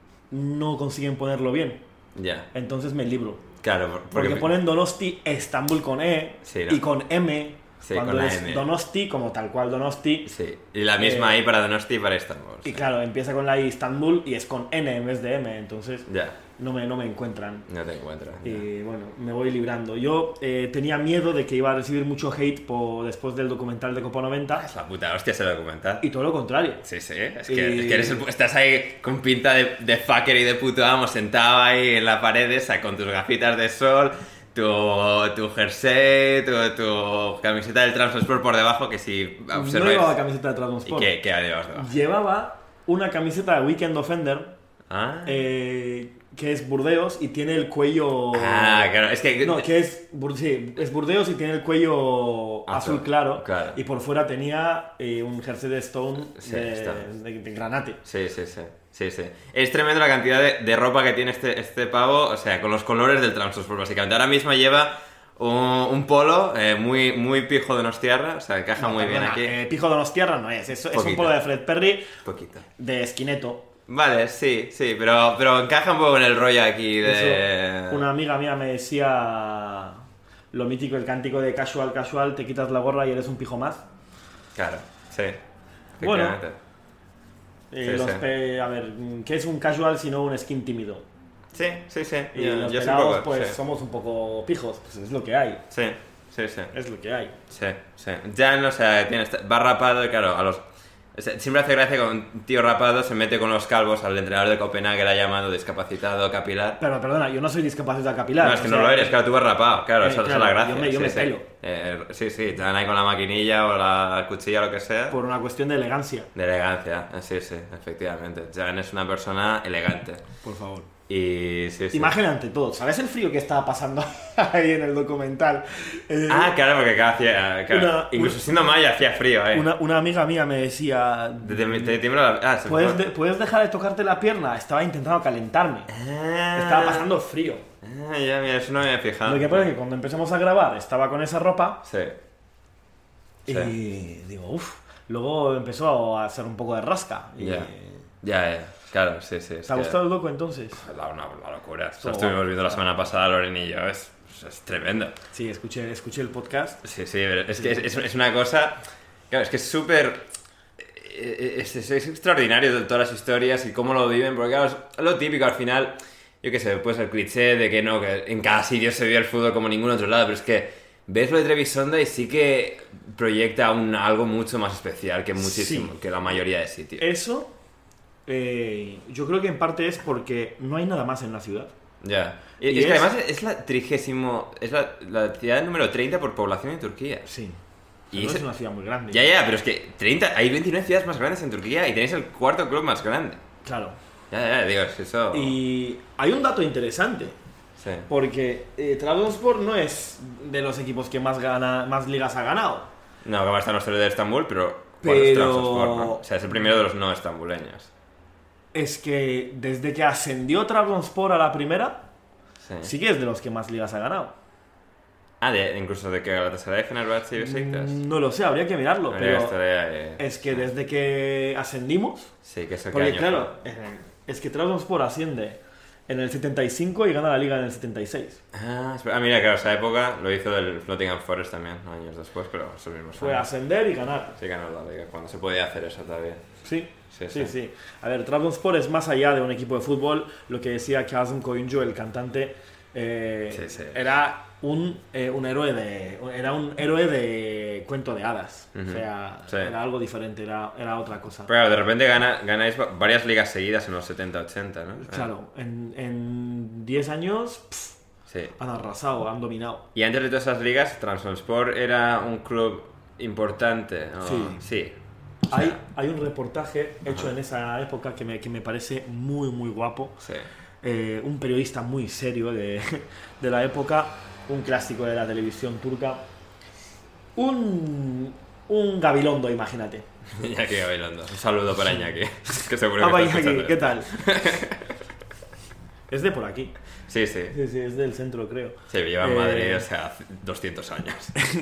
no consiguen ponerlo bien. ya, Entonces me libro. claro, Porque ponen Donosti Estambul con E Sí, ¿no? y con M. Sí, cuando con la es M. Donosti, como tal cual Donosti. sí, y la misma ahí para Donosti y para Istanbul. Y sí. claro, empieza con la I Istanbul y es con N en vez de M. Entonces Ya, no me encuentran. no te encuentro. Y bueno, me voy librando. Yo tenía miedo de que iba a recibir mucho hate después del documental de Copa 90. Es la puta hostia ese documental. Y todo lo contrario. Sí, es Y- que estás ahí con pinta de fucker y de puto amo, sentado ahí en la pared esa con tus gafitas de sol, tu jersey, tu camiseta del Trabzonspor por debajo, que si No observáis... llevaba camiseta de ¿Y Trabzonspor. qué llevas debajo? Llevaba una camiseta de Weekend Offender, Ah, que es Burdeos y tiene el cuello... claro, es que... No, que es Burdeos y tiene el cuello azul claro, claro. y por fuera tenía un jersey de Stone Sí, de, Stone. de granate. Sí. Es tremendo la cantidad de ropa que tiene este pavo, o sea, con los colores del Trabzonspor, básicamente. Ahora mismo lleva un polo muy pijo de Donostiarra, o sea, encaja muy bien aquí. Pijo Donostiarra no es un Poquito. polo de Fred Perry Poquito. de esquineto. Vale, sí, pero encaja un poco en el rollo aquí de... Eso, una amiga mía me decía lo mítico, el cántico de casual, te quitas la gorra y eres un pijo más. Claro, sí. Bueno. Efectivamente. A ver, ¿qué es un casual sino un skin tímido? Sí. Y Yo los soy un pelados, poco, pues sí. somos un poco pijos, pues es lo que hay. Sí. Es lo que hay. Sí. Jan, o sea, va rapado y claro, o sea, siempre hace gracia con un tío rapado, se mete con los calvos, al entrenador de Copenhague le ha llamado discapacitado capilar. Pero perdona, yo no soy discapacidad capilar. No, es que o no sea, lo eres, claro, tú vas rapado, claro, esa es claro, la gracia. yo me sí. pelo. Sí, Jan ahí con la maquinilla o la cuchilla o lo que sea. Por una cuestión de elegancia. De elegancia, sí, efectivamente. Jan es una persona elegante. Por favor. Y sí. Imagen ante todo. ¿Sabes el frío que estaba pasando ahí en el documental? Claro, porque claro, incluso siendo maya hacía frío, Una amiga mía me decía... Te tiembla la... ¿Puedes dejar de tocarte la pierna? Estaba intentando calentarme. Estaba pasando frío. Ya, mira, eso no me había fijado. Lo que pasa es que cuando empezamos a grabar estaba con esa ropa. Sí. Y digo, uff. Luego empezó a hacer un poco de rasca. Ya. Claro, sí. ¿Te ha gustado el docu entonces? Una locura. Estuvimos viendo la semana pasada, Loren y yo. Es tremendo. Sí, escuché el podcast. Sí, es que es una cosa... Claro, es que es súper... Es extraordinario todas las historias y cómo lo viven, porque claro, es lo típico al final. Yo qué sé, puede ser el cliché de que no, que en cada sitio se vive el fútbol como en ningún otro lado, pero es que ves lo de Trebisonda y sí que proyecta algo mucho más especial que muchísimo, que la mayoría de sitios. Eso... yo creo que en parte es porque no hay nada más en la ciudad. Ya. Y es que además es la ciudad número 30 por población en Turquía. Sí. Y es una ciudad muy grande. Ya, pero es que hay 29 ciudades más grandes en Turquía y tenéis el cuarto club más grande. Claro. Ya, digo, es eso. Y hay un dato interesante. Sí. Porque Trabzonspor no es de los equipos que más ligas ha ganado. No, que va a estar en los de Estambul, pero es Trabzonspor, ¿no? O sea, es el primero de los no estambuleños. Es que desde que ascendió Trabzonspor a la primera, sí que es de los que más ligas ha ganado. Incluso de que Galatasaray, Fenerbahce y Besiktas. No lo sé, habría que mirarlo, pero es que sí. desde que ascendimos... Sí, que es el porque año claro, es que Trabzonspor asciende en el 75 y gana la liga en el 76. Mira, claro, esa época lo hizo el Nottingham Forest también, años después, pero esos mismos Fue años. ascender y ganar. Sí, ganó la liga, cuando se podía hacer eso todavía. Sí. A ver, Trabzonspor es más allá de un equipo de fútbol. Lo que decía Kazım Koyuncu, el cantante, era un héroe de cuento de hadas. O sea, era algo diferente, era otra cosa. Pero de repente ganáis varias ligas seguidas en los 70-80, ¿no? Claro, en 10 años han arrasado, han dominado. Y antes de todas esas ligas, Trabzonspor era un club importante, ¿no? Sí. O sea, hay un reportaje hecho en esa época que me parece muy, muy guapo. Sí. Un periodista muy serio de la época, un clásico de la televisión turca. Un Gabilondo, imagínate. Iñaki Gabilondo. Un saludo para Iñaki, que seguro que está Iñaki, ¿qué tal? Es de por aquí. Sí, es del centro, creo. Sí, lleva en Madrid, o sea, 200 años.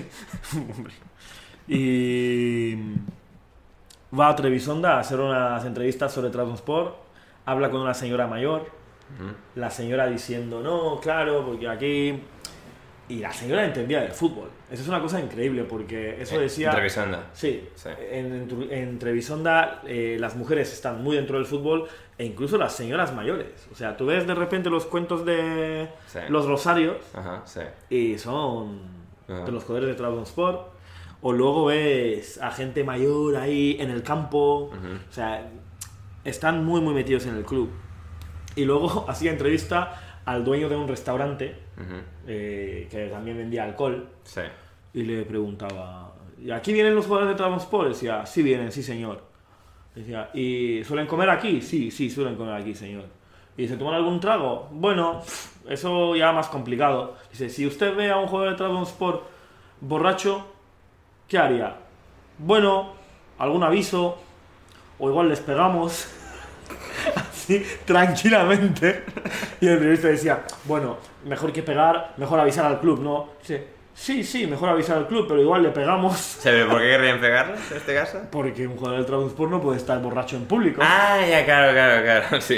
Y va a Trebisonda a hacer unas entrevistas sobre Trabzonspor. Habla con una señora mayor. La señora diciendo, no, claro, porque aquí... Y la señora entendía del fútbol. Eso es una cosa increíble, porque eso decía... En Trebisonda. Sí. En Trebisonda las mujeres están muy dentro del fútbol, e incluso las señoras mayores. O sea, tú ves de repente los cuentos de los Rosarios, y son de los jugadores de Trabzonspor. O luego ves a gente mayor ahí en el campo. O sea, están muy, muy metidos en el club. Y luego hacía entrevista al dueño de un restaurante que también vendía alcohol. Sí. Y le preguntaba, ¿y aquí vienen los jugadores de Trabzonspor? Decía, sí vienen, sí señor. Decía, ¿y suelen comer aquí? Sí, suelen comer aquí, señor. ¿Y se toman algún trago? Bueno, eso ya más complicado. Dice, si usted ve a un jugador de Trabzonspor borracho, ¿qué haría? Bueno, algún aviso, o igual les pegamos. Así, tranquilamente. Y el periodista decía, bueno, mejor que pegar, mejor avisar al club, ¿no? Dice, sí, mejor avisar al club, pero igual le pegamos. ¿Pero por qué querrían pegarle en este caso? Porque un jugador del Trabzonspor no puede estar borracho en público. Ya, claro. Sí.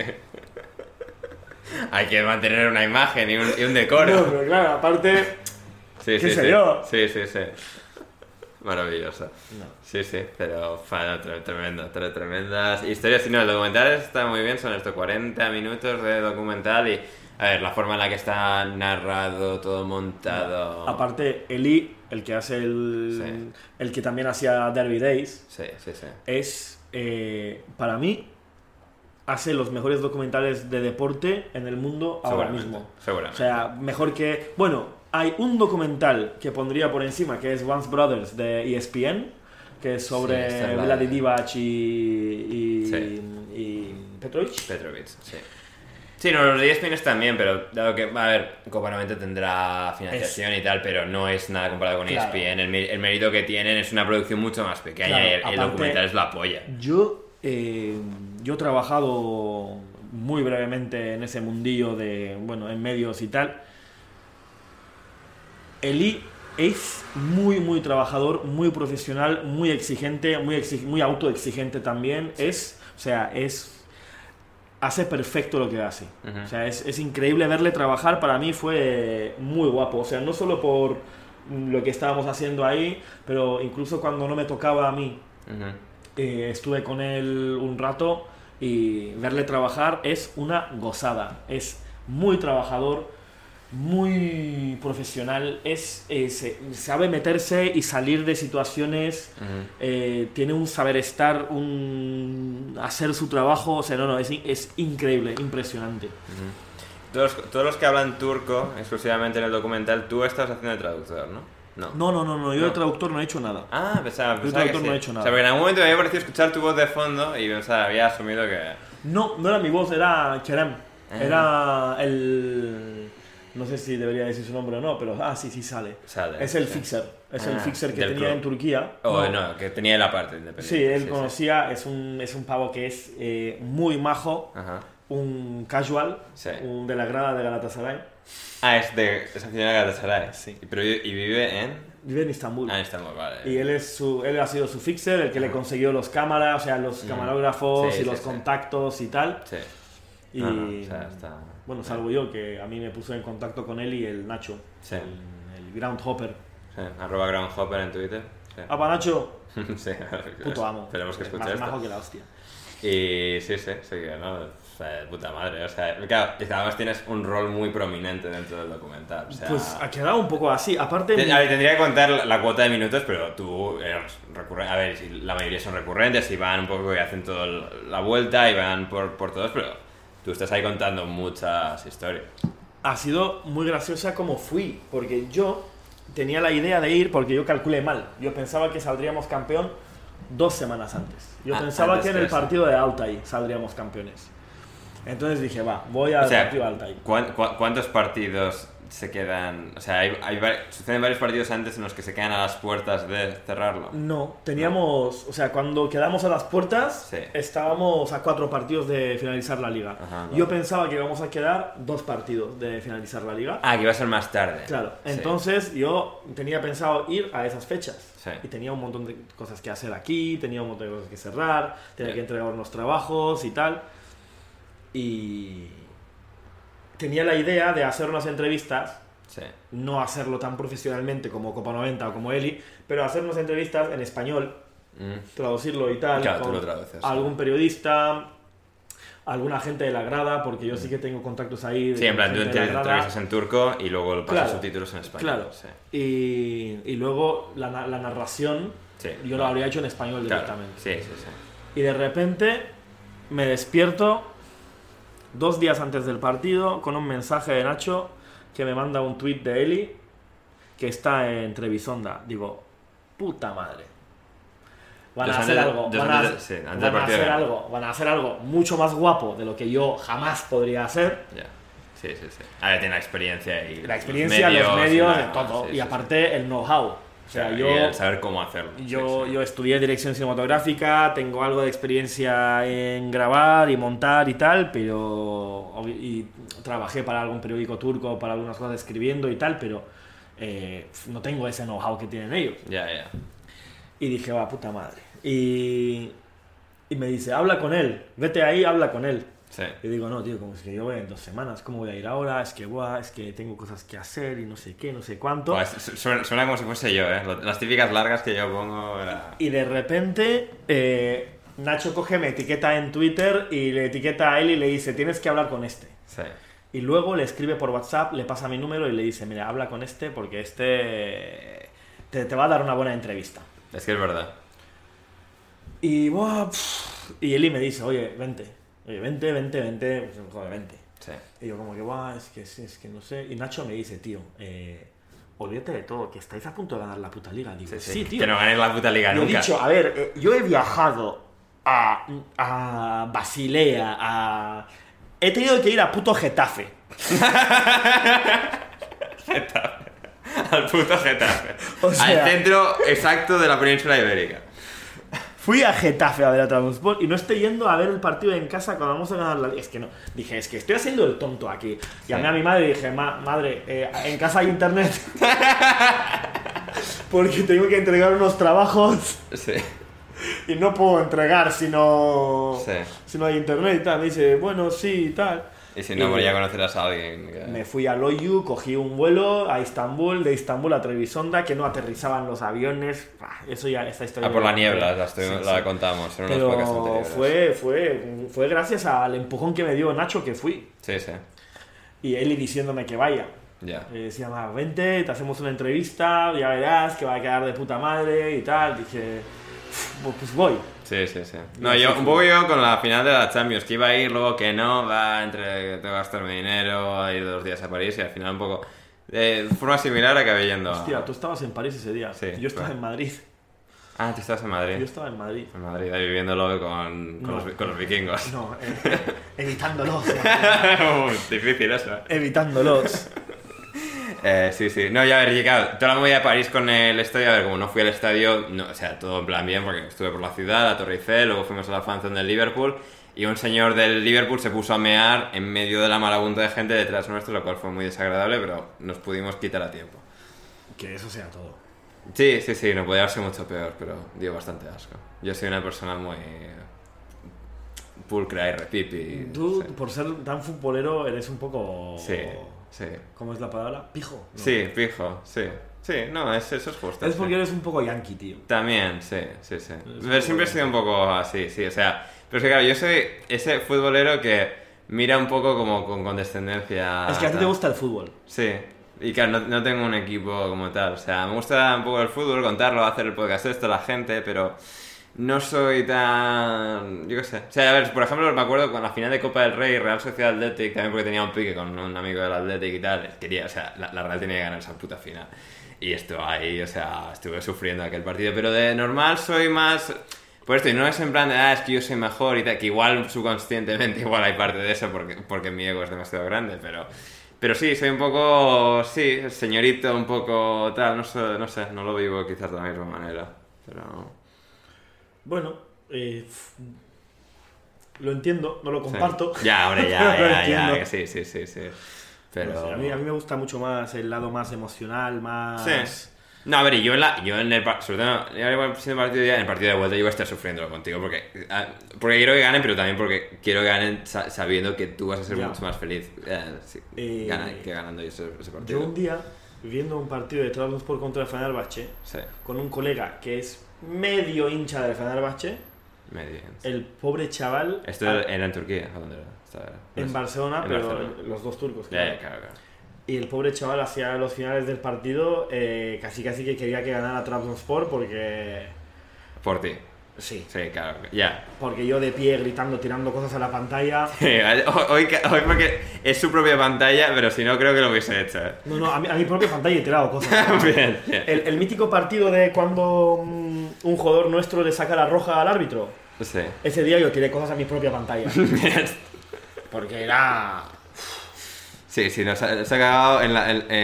Hay que mantener una imagen y un decoro. No, pero claro, aparte... ¿Qué sé yo? Sí. Maravilloso. No. Sí, pero tremendas historias. No, el documental está muy bien, son estos 40 minutos de documental y, a ver, la forma en la que está narrado, todo montado. Aparte, Eli, el que hace el que también hacía Derby Days, es, para mí, hace los mejores documentales de deporte en el mundo ahora mismo. Seguramente. O sea, mejor que... Bueno, hay un documental que pondría por encima, que es Once Brothers de ESPN, que es sobre Vlade Divac y Petrovic. Petrovic, sí. Sí, no, los de ESPN también, pero dado que, a ver, Copa 90 tendrá financiación y tal, pero no es nada comparado con ESPN. El mérito que tienen es una producción mucho más pequeña y el documental es la polla. Yo he trabajado muy brevemente en ese mundillo de, bueno, en medios y tal. Eli es muy trabajador, muy profesional, muy exigente, muy autoexigente también. Hace perfecto lo que hace. O sea, es increíble verle trabajar. Para mí fue muy guapo. O sea, no solo por lo que estábamos haciendo ahí, pero incluso cuando no me tocaba a mí, estuve con él un rato y verle trabajar es una gozada. Es muy trabajador, muy profesional, sabe meterse y salir de situaciones, tiene un saber estar, hacer su trabajo, o sea, es increíble, impresionante. Todos los que hablan turco exclusivamente en el documental, tú estás haciendo de traductor, ¿no? No, yo de traductor no he hecho nada. Pensaba yo de traductor que sí. No he hecho nada. O sea, porque en algún momento me había parecido escuchar tu voz de fondo y había asumido que... No era mi voz, era Kerem. Era el... No sé si debería decir su nombre o no, pero sí sale. Es el fixer. Es el fixer que tenía en Turquía. Que tenía la parte independiente. Sí, él conocía. Es un pavo que es muy majo. Un casual. De la grada de Galatasaray. Es aficionado a Galatasaray. Sí. ¿Y vive en...? Vive en Istambul. En Istambul, vale. Y él ha sido su fixer, el que le consiguió los cámaras, o sea, los camarógrafos y los contactos y tal. Sí. Y bueno, salvo yo, que a mí me puso en contacto con él y el Nacho, el Groundhopper. @Groundhopper en Twitter. ¡Apa, Nacho! Sí, puto amo. Esperemos que escuche esto. Más majo que la hostia. Y sí, que no, puta madre. O sea, claro, y además tienes un rol muy prominente dentro del documental. O sea, pues ha quedado un poco así. Aparte, tendría que contar la cuota de minutos, pero tú eres recurrente. A ver, si la mayoría son recurrentes y van un poco y hacen toda la vuelta y van por todos, pero tú estás ahí contando muchas historias. Ha sido muy graciosa como fui, porque yo tenía la idea de ir porque yo calculé mal. Yo pensaba que saldríamos campeón 2 semanas antes. Yo pensaba que en el partido de Altay saldríamos campeones. Entonces dije, voy al partido de Altay. ¿Cuántos partidos se quedan? O sea, suceden varios partidos antes en los que se quedan a las puertas de cerrarlo. No, teníamos... O sea, cuando quedamos a las puertas, estábamos a 4 partidos de finalizar la liga. Yo pensaba que íbamos a quedar 2 partidos de finalizar la liga. Que iba a ser más tarde. Claro, entonces yo tenía pensado ir a esas fechas. Y tenía un montón de cosas que hacer aquí, tenía un montón de cosas que cerrar, tenía que entregar unos trabajos y tal. Y tenía la idea de hacer unas entrevistas, no hacerlo tan profesionalmente como Copa 90 o como Eli, pero hacer unas entrevistas en español, traducirlo y tal, claro, con tú lo traduces, algún periodista, alguna gente de la grada, porque yo sí que tengo contactos ahí. En plan, tú entrevistas en turco y luego pasas subtítulos en español. Claro, y luego la narración, yo lo habría hecho en español directamente. Y de repente me despierto 2 días antes del partido con un mensaje de Nacho que me manda un tweet de Eli que está en Trebisonda. Digo, puta madre. Van a hacer algo. Van a hacer algo mucho más guapo de lo que yo jamás podría hacer. Sí. A ver, tiene la experiencia y la experiencia, los medios, de todo. Y aparte el know-how. O sea, y el saber cómo hacerlo. Yo estudié dirección cinematográfica, tengo algo de experiencia en grabar y montar y tal, y trabajé para algún periódico turco, para algunas cosas escribiendo y tal, pero no tengo ese know-how que tienen ellos. Y dije, puta madre. Y me dice, habla con él, vete ahí, habla con él. Y digo, no, tío, como es que yo voy en 2 semanas, ¿cómo voy a ir ahora? Es que tengo cosas que hacer y no sé qué, no sé cuánto. Suena como si fuese yo, las típicas largas que yo pongo. Y de repente, Nacho coge, me etiqueta en Twitter y le etiqueta a él y le dice, tienes que hablar con este. Y luego le escribe por WhatsApp, le pasa mi número y le dice, mira, habla con este porque este te va a dar una buena entrevista. Es que es verdad. Y Eli me dice, oye, vente, pues, joder, vente. Y yo como que, es que no sé. Y Nacho me dice, tío, olvídate de todo, que estáis a punto de ganar la puta liga. Digo, sí, tío. Que no ganéis la puta liga nunca. He dicho, a ver, yo he viajado a Basilea, he tenido que ir a puto Getafe. Getafe. Al puto Getafe. O sea, al centro exacto de la península ibérica. Fui a Getafe a ver a Trabzonspor y no estoy yendo a ver el partido en casa cuando vamos a ganar la liga. Es que no. Dije, es que estoy haciendo el tonto aquí. Llamé a mi madre y dije, madre, en casa hay internet. Porque tengo que entregar unos trabajos. Sí. Y no puedo entregar si no hay internet y tal. Me dice, bueno, sí y tal. Y si no, ya conocerás a alguien. Que... Me fui a Loyu, cogí un vuelo a Istambul, de Istambul a Trebisonda, que no aterrizaban los aviones. Eso ya, esta historia. por la niebla, la contamos en unos podcasts anteriores. Fue gracias al empujón que me dio Nacho que fui. Sí. Y Eli diciéndome que vaya. Ya. Decía, vente, te hacemos una entrevista, ya verás que va a quedar de puta madre y tal. Dije, pues voy. Sí. No, un poco yo con la final de la Champions, que iba a ir, luego que no, tengo que gastarme dinero, a ir 2 días a París y al final un poco... De forma similar acabé yendo a... Hostia, tú estabas en París ese día. Sí, yo estaba en Madrid. Ah, tú estabas en Madrid. Yo estaba en Madrid. En Madrid, ahí viviéndolo con los vikingos. No, evitándolos. Difícil eso. Evitándolos. Sí. No, ya a ver, claro, toda la movida de París con el estadio, a ver, como no fui al estadio, no, o sea, todo en plan bien, porque estuve por la ciudad, la Torre Eiffel, luego fuimos a la fanzone del Liverpool, y un señor del Liverpool se puso a mear en medio de la marabunta de gente detrás nuestro, lo cual fue muy desagradable, pero nos pudimos quitar a tiempo. Que eso sea todo. Sí, no podía haberse mucho peor, pero dio bastante asco. Yo soy una persona muy... pulcra y repipi. Tú, sí. Por ser tan futbolero, eres un poco... Sí. ¿Cómo es la palabra? ¿Pijo? No. Sí, pijo, sí. Sí, no, eso es justo. Es porque eres un poco yankee, tío. También, sí. Pero siempre he sido un poco así, sí, o sea... Pero es que claro, yo soy ese futbolero que mira un poco como con condescendencia... Es que a ti te gusta el fútbol. Sí, y claro, no tengo un equipo como tal. O sea, me gusta un poco el fútbol, contarlo, hacer el podcast esto, la gente, pero... No soy tan... Yo qué sé. O sea, a ver, por ejemplo, me acuerdo con la final de Copa del Rey, Real Sociedad Athletic, también porque tenía un pique con un amigo del Athletic y tal. Quería, o sea, la Real tenía que ganar esa puta final. Y esto ahí, o sea, estuve sufriendo aquel partido. Pero de normal soy más... Por esto, y no es en plan de, es que yo soy mejor y tal, que igual subconscientemente igual hay parte de eso porque mi ego es demasiado grande, pero sí, soy un poco, sí, señorito, un poco tal, no sé, no lo vivo quizás de la misma manera, pero... Bueno, lo entiendo, no lo comparto. Sí. Ya, hombre, ya, sí. Pero... No sé, a mí me gusta mucho más el lado más emocional, más... Sí. No, a ver, yo en el sobre todo en el partido de vuelta yo voy a estar sufriéndolo contigo porque quiero que ganen, pero también porque quiero que ganen sabiendo que tú vas a ser mucho más feliz que ganando ese partido. Yo un día, viendo un partido de Trabzonspor contra el Fenerbahce, con un colega que es medio hincha del Fenerbahce, el pobre chaval... ¿Esto era en Turquía? ¿Dónde era? En Barcelona, pero Barcelona. Los dos turcos. Claro. Y el pobre chaval hacia los finales del partido casi que quería que ganara Trabzonspor porque... Por ti. Sí. Sí, claro, ya. Porque yo de pie gritando, tirando cosas a la pantalla... Sí, hoy porque es su propia pantalla, pero si no creo que lo hubiese hecho. No, a mi propia pantalla he tirado cosas. Bien. El mítico partido de cuando un jugador nuestro le saca la roja al árbitro. Sí. Ese día yo tiré cosas a mi propia pantalla. Porque era... Sí, nos ha cagado en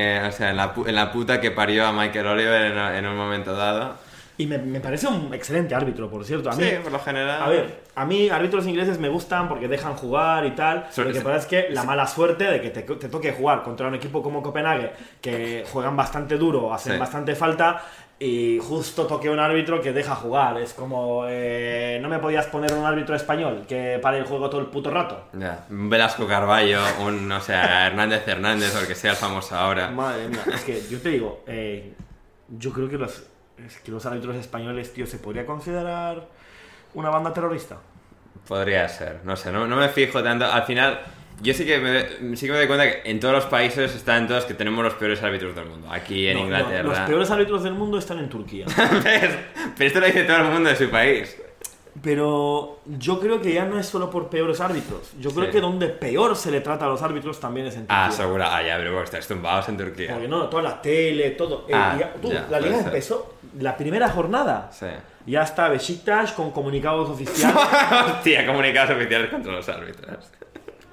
la puta que parió a Michael Oliver en un momento dado. Y me parece un excelente árbitro, por cierto. Sí, por lo general. A ver, a mí árbitros ingleses me gustan porque dejan jugar y tal. Lo que pasa es que la mala suerte de que te toque jugar contra un equipo como Copenhague, que juegan bastante duro, hacen bastante falta, y justo toque un árbitro que deja jugar. Es como, no me podías poner un árbitro español que pare el juego todo el puto rato. Ya, un Velasco Carballo, Hernández o el que sea el famoso ahora. Madre mía, es que yo te digo, yo creo que los árbitros españoles, tío, ¿se podría considerar una banda terrorista? Podría ser, no sé, no me fijo tanto. Al final, yo sí que me doy cuenta que en todos los países están todos que tenemos los peores árbitros del mundo. Aquí en Inglaterra. Los peores árbitros del mundo están en Turquía. Pero esto lo dice todo el mundo de su país. Pero yo creo que ya no es solo por peores árbitros. Yo creo que donde peor se le trata a los árbitros también es en Turquía. Seguro. Ya, pero estáis tumbados en Turquía. Porque no, toda la tele, todo. La liga empezó, la primera jornada. Sí. Ya está Besiktas con comunicados oficiales. Hostia, comunicados oficiales contra los árbitros.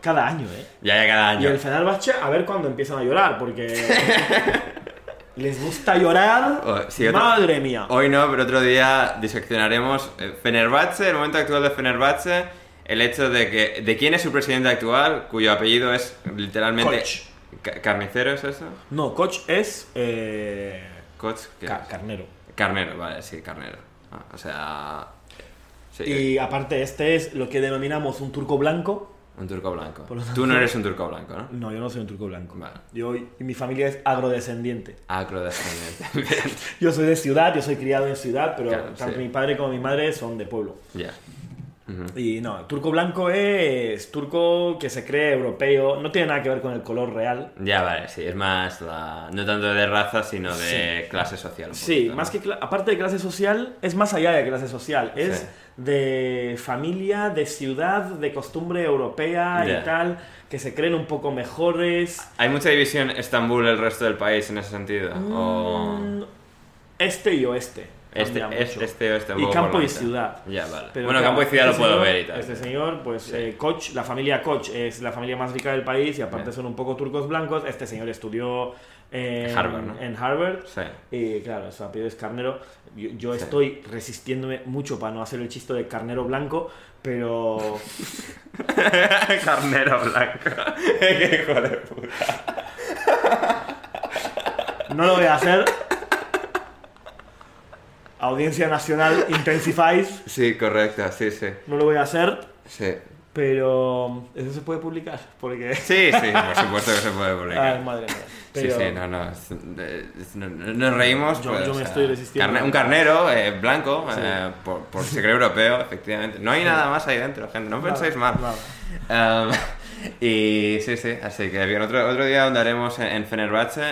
cada año, ¿eh? Ya cada Y año. el Fenerbahce, a ver cuándo empiezan a llorar, porque les gusta llorar. Sí, Madre mía. Hoy no, pero otro día diseccionaremos Fenerbahce, el momento actual de Fenerbahce, el hecho de quién es su presidente actual, cuyo apellido es literalmente... Koch. ¿Carnicero es eso? No, Koch es... Koch, ¿qué es? Carnero. Carnero, vale, sí, carnero. O sea... Sí, Y aparte este es lo que denominamos un turco blanco. un turco blanco. Por lo tanto- Tú no eres un turco blanco, ¿no? No, yo no soy un turco blanco. Vale. Y mi familia es agrodescendiente. Agrodescendiente. Bien. Yo soy de ciudad, yo soy criado en ciudad, pero Claro, tanto sí. mi padre como mi madre son de pueblo. Ya. Ujú. Y no, turco blanco es turco que se cree europeo, no tiene nada que ver con el color real. Ya, vale, sí, es más no tanto de raza, sino de clase social. un Sí, poquito, más ¿no? que aparte de clase social, es más allá de clase social, es Sí. de familia, de ciudad, de costumbre europea Ya. y tal, que se creen un poco mejores. ¿Hay mucha división Estambul el resto del país en ese sentido? ¿O Este y oeste. este, cambia mucho. este o este un Y poco campo por y la mitad? ciudad. Ya, vale. Pero Bueno, claro, campo y ciudad lo este puedo señor- ver y tal. Este señor, pues Koch, la familia Koch es la familia más rica del país y aparte Ya. son un poco turcos blancos. Este señor estudió Harvard, ¿no? en Harvard. Sí. Y claro, su apellido es Carnero. Yo estoy resistiéndome mucho para no hacer el chiste de carnero blanco, pero Carnero blanco. Qué hijo de puta. no lo voy a hacer. Audiencia Nacional Intensifies. Sí, correcto, sí, sí. No lo voy a hacer, Sí. pero eso se puede publicar porque... Sí, sí, por supuesto que se puede publicar. Ay, madre mía. Sí, Pero- sí, nos reímos. Yo- pues, yo me estoy resistiendo. Un carnero blanco, por si se cree europeo, efectivamente. No hay nada más ahí dentro, gente, no pensáis mal. Nada. Y sí, sí, así que bien, otro día ahondaremos en Fenerbahce.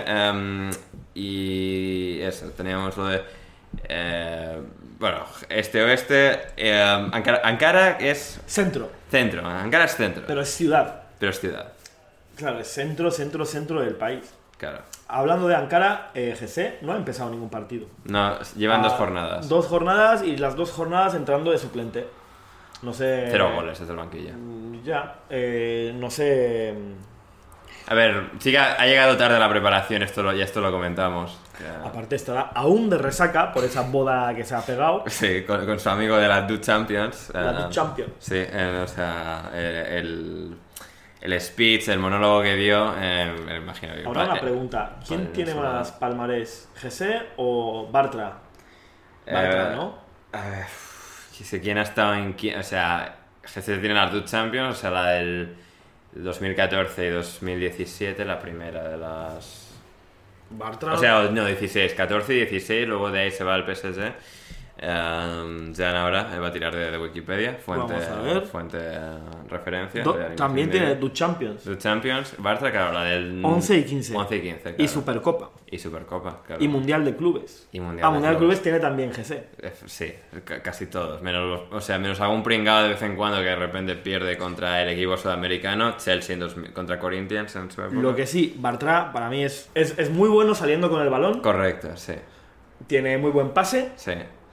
Y eso, teníamos lo de... bueno, este-oeste. Ankara es Centro, centro, Ankara es centro, pero es ciudad. pero es ciudad, Claro, es centro del país. claro. Hablando de Ankara, GC no ha empezado ningún partido. No, llevan dos Ah, jornadas. 2 jornadas y las 2 jornadas entrando de suplente. No sé... 0 goles desde el banquillo. Ya, no sé... A ver, chica, ha llegado tarde la preparación, esto lo comentamos. Que- Aparte estará aún de resaca por esa boda que se ha pegado. Sí, con su amigo de la Dutch Champions. La Dutch Champions. Sí, o sea, el speech, el monólogo que dio, me imagino que... Ahora una pregunta, ¿quién Padre, tiene no sé más nada. palmarés? ¿GC o Bartra? Bartra, ¿no? A ver, sé quién ha estado en... O sea, GC tiene la Dutch Champions, o sea, la del 2014 y 2017, la primera de las... Bartra... O sea, no, 16, 14 y 16, luego de ahí se va al PSG. Jan ahora va a tirar de Wikipedia, fuente, Vamos a ver. fuente referencia. también tiene Dutch Champions. The Champions, Bartra, claro, la del 11 y 15. 11 y 15, claro. Y Supercopa. Y Supercopa, claro. Y Mundial de Clubes. Y Mundial de Mundial de Clubes. Clubes tiene también GC. Sí, casi todos. Menos algún pringado de vez en cuando que de repente pierde contra el equipo sudamericano, Chelsea contra Corinthians en su época. Lo que sí, Bartra para mí es muy bueno saliendo con el balón. Correcto, sí. Tiene muy buen pase. Sí,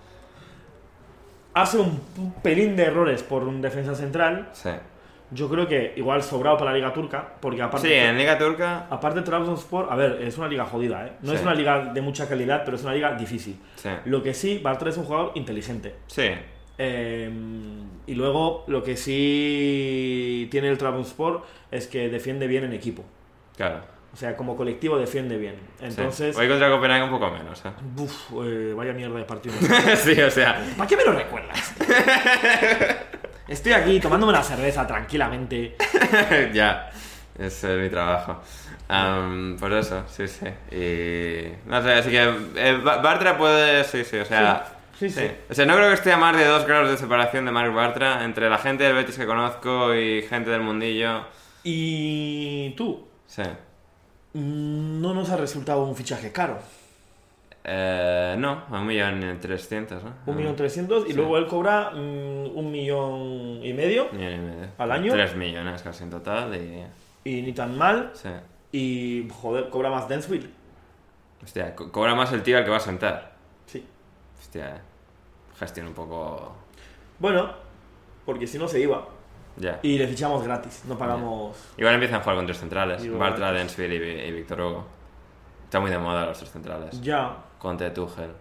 Hace un pelín de errores por un defensa central. sí. Yo creo que igual sobrado para la Liga Turca. Porque aparte... Sí, en Liga Turca... Aparte Trabzonspor, a ver, es una liga jodida, ¿eh? No Sí. es una liga de mucha calidad, pero es una liga difícil. Sí. Lo que sí, Bartra es un jugador inteligente. Sí, Y luego, lo que sí tiene el Trabzonspor es que defiende bien en equipo. claro. O sea, como colectivo defiende bien. Entonces, Sí. Hoy contra Copenhague un poco menos, ¿eh? vaya mierda de partido. Sí, o sea... ¿Para qué me lo recuerdas? Estoy aquí tomándome una cerveza tranquilamente. Ya, ese es mi trabajo. Por eso, sí, sí. Y... No sé, así que Bartra puede... Sí, sí, o sea... Sí. O sea, no creo que esté a más de 2 grados de separación de Marc Bartra entre la gente del Betis que conozco y gente del mundillo. Y tú, Sí. no nos ha resultado un fichaje caro. No, a 1.300.000, ¿no? 1.300.000 y luego él cobra 1,5 millones. 1,5 ¿Al año? 3 millones casi en total Y ni tan mal. Sí. Y, joder, cobra más Denswil. Hostia, cobra más el tío al que va a sentar. Sí. Hostia, gestión un poco... Bueno, porque si no se iba. Ya. Y le fichamos gratis, no pagamos... Igual empiezan a jugar con 3 centrales. Igual. Bartra, Densville y Víctor Hugo. Está muy de moda los 3 centrales. Ya. Conte, Tuchel.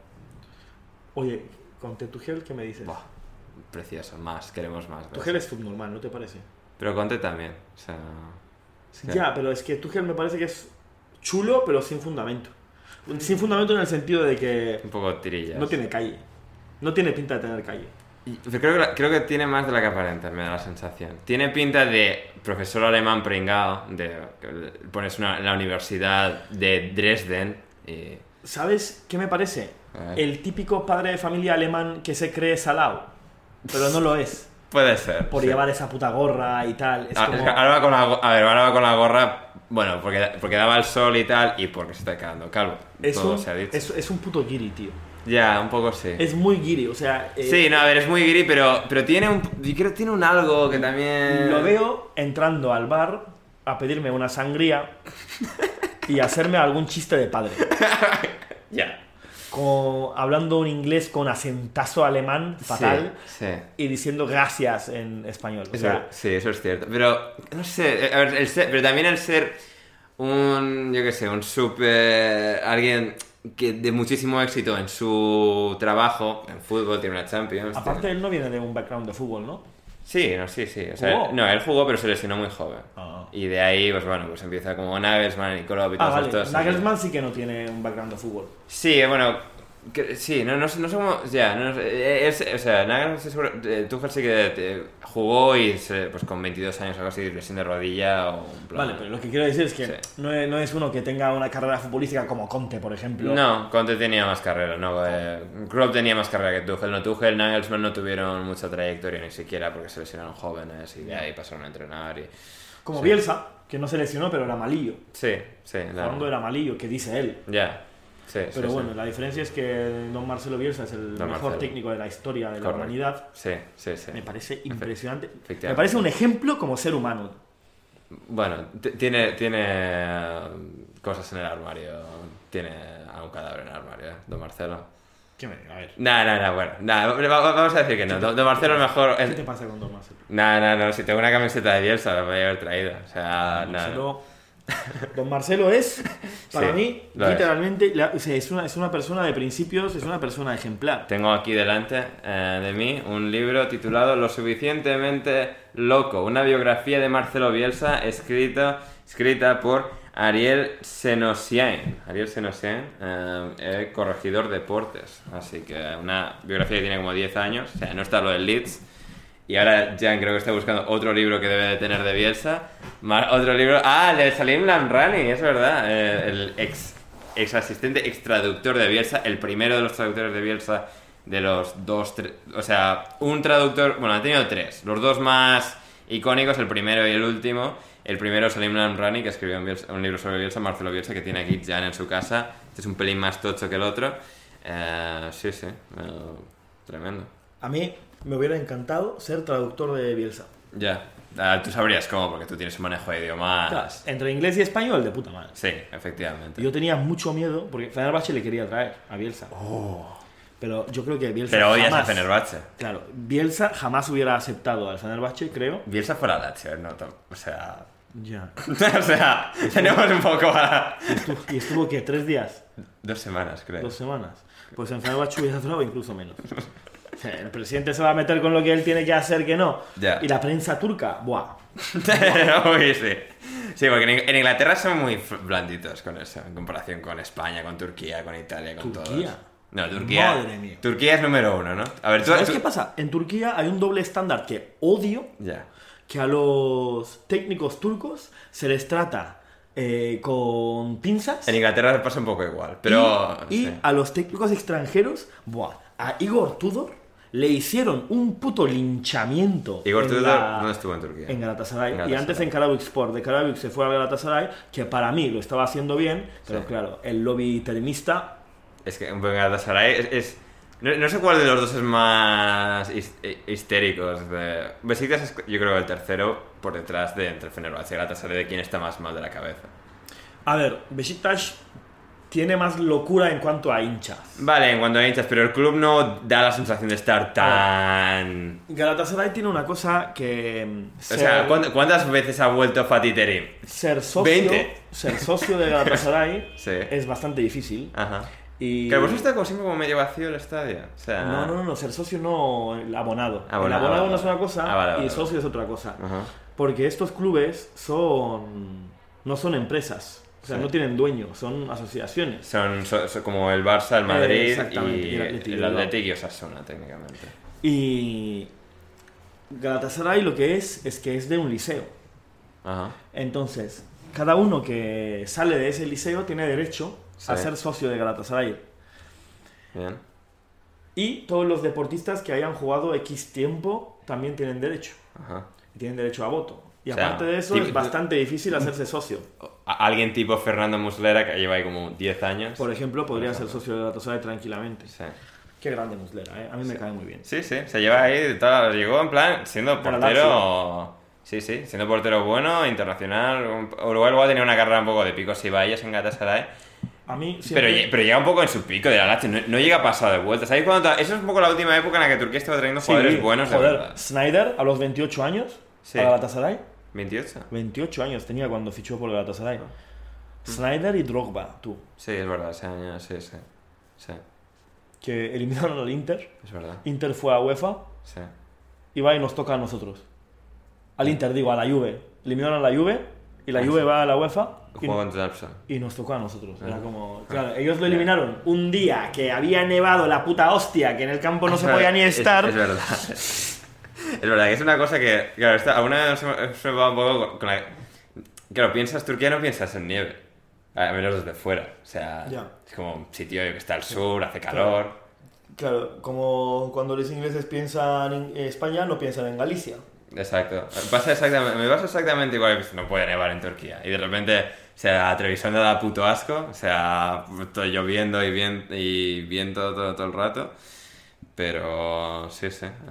Oye, con Tuchel, ¿qué me dices? Buah, precioso. Más, queremos más. ¿ves? Tuchel es subnormal, ¿no te parece? Pero Conte también. O sea... es que- Ya, pero es que Tuchel me parece que es chulo, pero sin fundamento. Sin fundamento en el sentido de que Un poco tirillas. no tiene calle. No tiene pinta de tener calle. Pero creo que tiene más de la que aparenta, me da la sensación. Tiene pinta de profesor alemán pringao, de que pones en la universidad de Dresden y... ¿Sabes qué me parece? A ver. El típico padre de familia alemán que se cree salao, pero no lo es. Puede ser. Por sí. llevar esa puta gorra y tal. Es Ah, como... es que ahora va con ahora va con la gorra, bueno, porque daba el sol y tal, y porque se está quedando calvo. Todo se ha dicho. es un puto guiri, tío. Ya, un poco sí. Es muy guiri, o sea... Sí, no, a ver, es muy guiri, pero tiene yo creo que tiene un algo que también... Lo veo entrando al bar a pedirme una sangría y hacerme algún chiste de padre. Ya. Como hablando un inglés con acentazo alemán fatal Sí. y diciendo gracias en español. O sea, Sí, eso es cierto. Pero, no sé, a ver, pero también el ser un, yo qué sé, un súper... alguien que de muchísimo éxito en su trabajo, en fútbol, tiene una Champions. aparte tiene- él no viene de un background de fútbol, ¿no? Sí, no, sí. O sea, ¿Jugó? no, él jugó, pero se lesionó muy joven. Ah. Y de ahí, pues bueno, pues empieza como Nagelsmann y Klopp y todos vale. estos. Nagelsmann sí que no tiene un background de fútbol. Sí, bueno, sí, no sé cómo, ya, no sé, o sea, Nagelsmann, Tuchel sí que jugó y pues con 22 años o algo así, lesión de rodilla o un plan. Vale, pero lo que quiero decir es que Sí. no es uno que tenga una carrera futbolística como Conte, por ejemplo. No, Conte tenía más carrera, no, Klopp tenía más carrera que Tuchel, no, Tuchel, Nagelsmann no tuvieron mucha trayectoria ni siquiera porque se lesionaron jóvenes y de ahí pasaron a entrenar y... Como Sí. Bielsa, que no se lesionó, pero era malillo. Sí, Jugando era malillo, que dice él. Ya, sí, Pero sí, bueno, sí. la diferencia es que don Marcelo Bielsa es el Don mejor Marcelo. técnico de la historia de la Correcto. humanidad. Sí. Me parece impresionante. Efectivamente. Me parece un ejemplo como ser humano. Bueno, tiene cosas en el armario. Tiene a un cadáver en el armario, don Marcelo. A ver. No, bueno. Vamos a decir que no. Don Marcelo es mejor... ¿Qué te pasa con don Marcelo? No. Si tengo una camiseta de Bielsa, la podría haber traído. O sea, Don Marcelo es, para Sí, mí, lo es. literalmente, o sea, es una persona de principios, es una persona ejemplar. Tengo aquí delante de mí un libro titulado Lo suficientemente loco, una biografía de Marcelo Bielsa escrita por Ariel Senosian, corregidor de deportes. Así que una biografía que tiene como 10 años, o sea, no está lo del Leeds. Y ahora Jan creo que está buscando otro libro que debe de tener de Bielsa. Otro libro... Ah, el de Salim Lamrani, es verdad. El ex asistente, ex traductor de Bielsa. El primero de los traductores de Bielsa de los dos... O sea, un traductor... Bueno, ha tenido 3. Los 2 más icónicos, el primero y el último. El primero es Salim Lamrani, que escribió un libro sobre Bielsa, Marcelo Bielsa, que tiene aquí Jan en su casa. Este es un pelín más tocho que el otro. Sí. Tremendo. A mí me hubiera encantado ser traductor de Bielsa. Ya, tú sabrías cómo, porque tú tienes un manejo de idiomas. Claro, entre inglés y español, de puta madre. Sí, efectivamente. Yo tenía mucho miedo, porque Fenerbahce le quería traer a Bielsa. Pero yo creo que Bielsa Pero odias jamás... a Fenerbahce. Claro, Bielsa jamás hubiera aceptado al Fenerbahce, creo. Bielsa fuera Lazio, ¿no? O sea... Ya. o sea, tenemos un poco a... Y estuvo, ¿qué? 3 días, 2 semanas, creo. 2 semanas. Pues en Fenerbahce hubiera durado incluso menos. O sea, el presidente se va a meter con lo que él tiene que hacer, que no. Ya. Y la prensa turca, ¡buah! Uy, sí. Sí, porque en Inglaterra son muy blanditos con eso, en comparación con España, con Turquía, con Italia, con ¿Turquía? todos. No, Turquía... Madre mía. Turquía es número 1, ¿no? A ver, ¿Sabes qué pasa? En Turquía hay un doble estándar que odio, Ya. que a los técnicos turcos se les trata con pinzas. En Inglaterra pasa un poco igual, pero... Y sí. a los técnicos extranjeros, ¡buah! A Igor Tudor le hicieron un puto linchamiento. Igor en Tudor la- no estuvo en Turquía. En Galatasaray. En Y Galatasaray. antes en Karabükspor. De Karabük se fue a Galatasaray, que para mí lo estaba haciendo bien, pero Sí. claro, el lobby termista... Es que un Galatasaray no sé cuál de los dos es más histéricos. Besiktas es, yo creo, el tercero por detrás de entre Fenerbahce y Galatasaray, de quién está más mal de la cabeza. A ver, Besiktas tiene más locura en cuanto a hinchas. Vale, en cuanto a hinchas, pero el club no da la sensación de estar tan... Galatasaray tiene una cosa que... O sea, ¿cuántas veces ha vuelto Fatih Terim? Ser socio, 20. Ser socio de Galatasaray Sí. es bastante difícil. Ajá. Y... Que vos está como siempre como medio vacío el estadio. O sea... No, ser socio no, el abonado. Abonado, el abonado vale. no es una cosa Vale. socio es otra cosa. Ajá. Porque estos clubes no son empresas. O sea, Sí. no tienen dueños, son asociaciones. Son como el Barça, el Madrid Exactamente, y y el Athletic y Osasuna, técnicamente. Y Galatasaray lo que es que es de un liceo. Ajá. Entonces, cada uno que sale de ese liceo tiene derecho a Sí. ser socio de Galatasaray. Bien. Y todos los deportistas que hayan jugado X tiempo también tienen derecho. Ajá. Y tienen derecho a voto. Y O sea, aparte de eso, tipo- es bastante difícil hacerse socio. Alguien tipo Fernando Muslera, que lleva ahí como 10 años. Por ejemplo, podría Por ser ejemplo. socio de Galatasaray tranquilamente. Sí. Qué grande Muslera, ¿eh? A mí me cae muy bien. Sí, se lleva ahí de toda... Llegó en plan siendo Para portero... Sí, siendo portero bueno, internacional. Uruguay luego ha tenido una carrera un poco de picos y valles en Galatasaray. A mí Pero siempre... llega un poco en su pico de la leche, no llega pasado de vuelta. ¿Sabéis cuándo? Eso es un poco la última época en la que Turquía estaba trayendo jugadores Sí, buenos de joder, verdad. Snyder, a los 28 años, Sí. a Galatasaray. 28. 28 años tenía cuando fichó por Galatasaray. Snyder y Drogba, tú. Sí, es verdad, ese año, sí. Sí, Que eliminaron al Inter. es verdad. Inter fue a UEFA Sí. y va y nos toca a nosotros. Al Inter, digo, a la Juve. Eliminaron a la Juve y la Juve va a la UEFA Jugó contra el Trabzon. y nos tocó a nosotros. Era como... Claro, ellos lo eliminaron un día que había nevado la puta hostia, que en el campo no se podía ni estar. Es verdad. Es verdad que es una cosa que, claro, alguna vez se va un poco con la... Claro, piensas Turquía, no piensas en nieve. A menos desde fuera. O sea, Ya. es como un sitio que está al sur, hace calor. Claro, como cuando los ingleses piensan en España, no piensan en Galicia. Exacto. Me pasa exactamente igual que no puede nevar en Turquía. Y de repente, o sea, Treviso da puto asco. O sea, estoy lloviendo y viento todo el rato. Pero sí.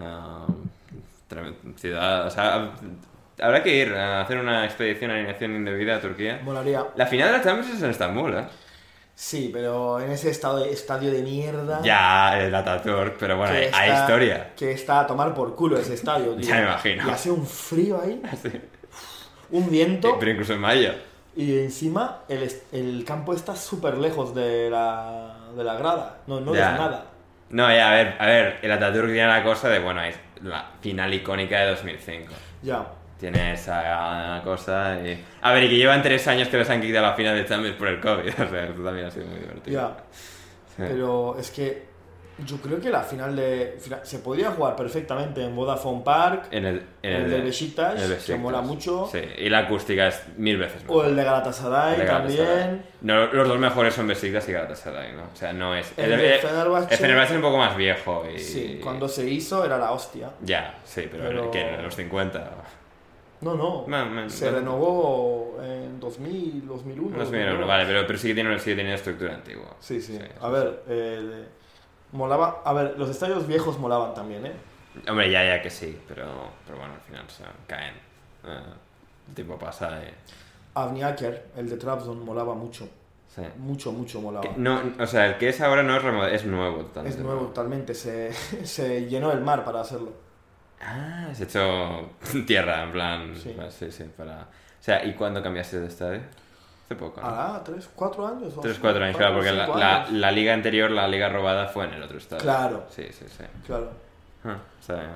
Ciudad, o sea, habrá que ir a hacer una expedición a alineación indebida a Turquía. Molaría. La final de la Champions es en Estambul, ¿eh? Sí, pero en ese estadio de mierda... Ya, el Ataturk, pero bueno, que hay está- historia. Que está a tomar por culo ese estadio, tío. Ya me imagino. Y hace un frío ahí, Sí. un viento, Pero incluso en mayo. y encima el campo está súper lejos de la grada. No Ya. ves nada. No, ya, a ver, el Ataturk tiene la cosa de, bueno, es la final icónica de 2005. Ya. Tiene esa cosa y... A ver, y que llevan 3 años que les han quitado la final de Champions por el COVID. O sea, esto también ha sido muy divertido. Ya. Sí. Pero es que yo creo que la final se podría jugar perfectamente en Vodafone Park, En el del Besiktas, en el que Besiktas. mola mucho. Sí, y la acústica es 1000 veces o mejor. el de Galatasaray De Galatasaray. también. No, los dos mejores son Besiktas y Galatasaray, ¿no? O sea, no es... El de Fenerbahce- el Fenerbahce es un poco más viejo y... Sí, cuando se hizo era la hostia. Ya, sí, pero que en los 50... No. Se renovó en 2000, 2001. No es bien, no, vale, pero sí que sigue teniendo estructura antigua. Sí. A ver, molaba. A ver, los estadios viejos molaban también, ¿eh? Hombre, ya que sí, pero bueno, al final se caen. El tiempo pasa y... Avni Aker, el de Trabzon, molaba mucho. Sí. Mucho molaba. No, o sea, el que es ahora no es remodelo, es nuevo totalmente. Es nuevo totalmente. Se llenó el mar para hacerlo. Ah, se ha hecho tierra, en plan... Sí. Sí, para... O sea, ¿y cuándo cambiaste de estadio? Hace poco, ¿no? 3, 4 años. 3-4 años, claro, porque 5 la años. liga anterior, la liga robada, fue en el otro estadio. Claro. Sí. Claro. Está bien.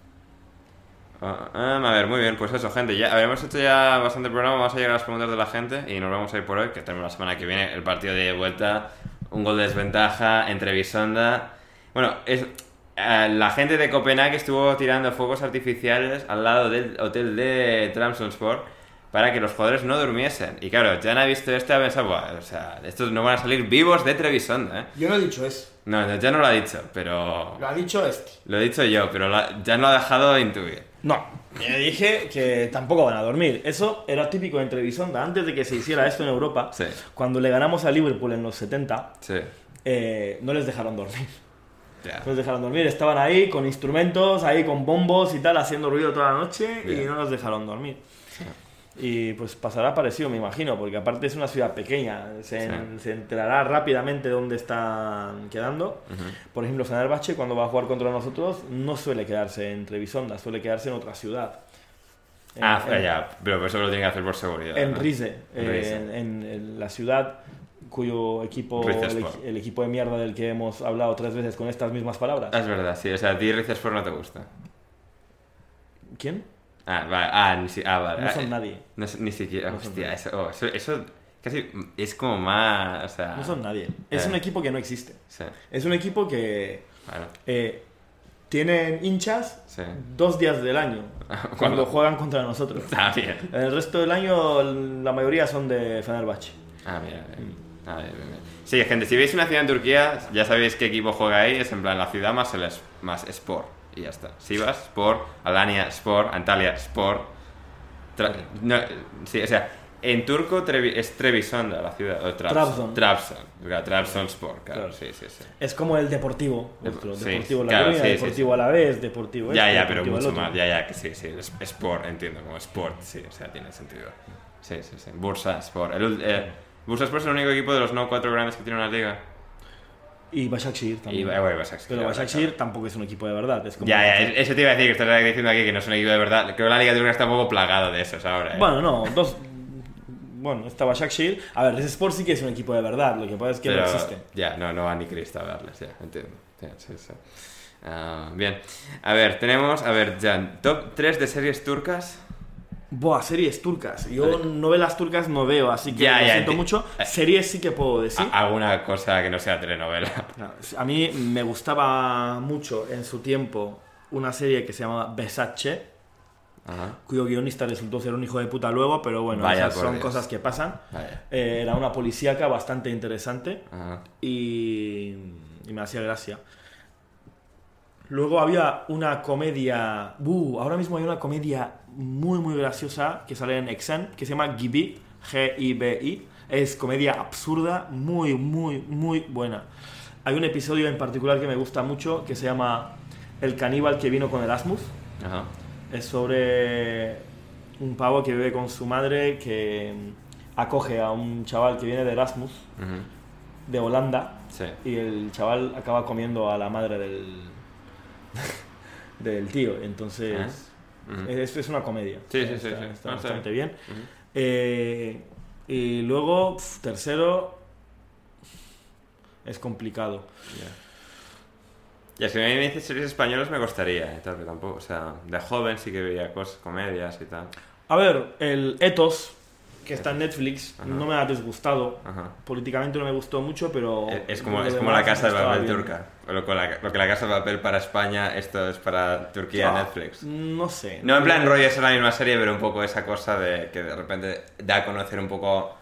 A ver, muy bien, pues eso, gente, ya habíamos hecho ya bastante programa, vamos a llegar a las preguntas de la gente y nos vamos a ir por hoy, que tenemos la semana que viene el partido de vuelta, un gol de desventaja entre Bisonda. Bueno, la gente de Copenhague estuvo tirando fuegos artificiales al lado del hotel de Trabzonspor para que los jugadores no durmiesen. Y claro, Jan ha visto esto y ha pensado, "Buah, o sea, estos no van a salir vivos de Trebisonda, ¿eh?". Yo no he dicho eso. No, ya no lo ha dicho, pero... Lo ha dicho este. Lo he dicho yo, pero ya lo ha dejado intuir. No. Le dije que tampoco van a dormir. Eso era típico en Trebisonda. Antes de que se hiciera esto en Europa, Sí. cuando le ganamos a Liverpool en los 70, Sí. no les dejaron dormir. Ya. No les dejaron dormir. Estaban ahí con instrumentos, ahí con bombos y tal, haciendo ruido toda la noche y Bien. no los dejaron dormir. Y pues pasará parecido, me imagino, porque aparte es una ciudad pequeña, se enterará rápidamente dónde están quedando. Por ejemplo, Fenerbahce, cuando va a jugar contra nosotros, no suele quedarse en Trebisonda, suele quedarse en otra ciudad. Pero eso lo tiene que hacer por seguridad. En ¿no? Rize, en la ciudad cuyo equipo, el equipo de mierda del que hemos hablado 3 veces con estas mismas palabras. Es verdad, sí, o sea, a ti Rizespor no te gusta. ¿Quién? Vale. No son nadie. Ni siquiera, No son hostia, nadie. eso casi es como más, o sea... No son nadie. Es un equipo que no existe. Sí. Es un equipo que Bueno. tienen hinchas 2 días del año cuando juegan contra nosotros. Bien. El resto del año la mayoría son de Fenerbahce. Bien. Sí, gente, si veis una ciudad en Turquía, ya sabéis qué equipo juega ahí, es en plan la ciudad más Sport. Y ya está. Sivas, Sport, Alanya, Sport, Antalya, Sport. Sí, o sea, en turco es Trebisonda la ciudad. O Trabzon. Trabzon Sport, claro. Sí. Es como el Deportivo. Deportivo La claro, Coruña, Deportivo Alavés, Deportivo pero mucho más. Que sí. Sport, entiendo, como Sport, sí, o sea, tiene sentido. Sí. Bursa Sport. Bursa Sport es el único equipo de los 4 grandes que tiene una liga. Y Başakşehir también. Pero Başakşehir tampoco es un equipo de verdad. Es como eso te iba a decir, que estás diciendo aquí que no es un equipo de verdad. Creo que la Liga Turca está un poco plagado de esos ahora. Bueno, no, está Başakşehir. A ver, ese Sport sí que es un equipo de verdad. Lo que pasa es que no existe. No va ni Cristo a verles, entiendo. Sí. Bien. A ver, tenemos, Jan, top 3 de series turcas. Series turcas. Yo novelas turcas no veo, así que lo siento mucho. Series sí que puedo decir. Alguna cosa que no sea telenovela. A mí me gustaba mucho en su tiempo una serie que se llamaba Besatche, cuyo guionista resultó ser un hijo de puta luego, pero bueno, esas son cosas que pasan. Era una policíaca bastante interesante y me hacía gracia. Luego había una comedia... ahora mismo hay una comedia muy, muy graciosa que sale en Exxen, que se llama Gibi, G-I-B-I. Es comedia absurda, muy, muy, muy buena. Hay un episodio en particular que me gusta mucho, que se llama El caníbal que vino con Erasmus. Es sobre un pavo que vive con su madre, que acoge a un chaval que viene de Erasmus, de Holanda, y el chaval acaba comiendo a la madre del tío. Entonces es una comedia. Está bastante bien. Y luego tercero es complicado. Y es que a mí me dices series españolas me costaría pero tampoco, o sea, de joven sí que veía cosas, comedias y tal. A ver, el Ethos, que está en Netflix, no me ha disgustado. Políticamente no me gustó mucho, pero... Es como la Casa de Papel turca. Lo que la Casa de Papel para España, esto es para Turquía, Netflix. No sé. No en plan rollo es la misma serie, pero un poco esa cosa de que de repente da a conocer un poco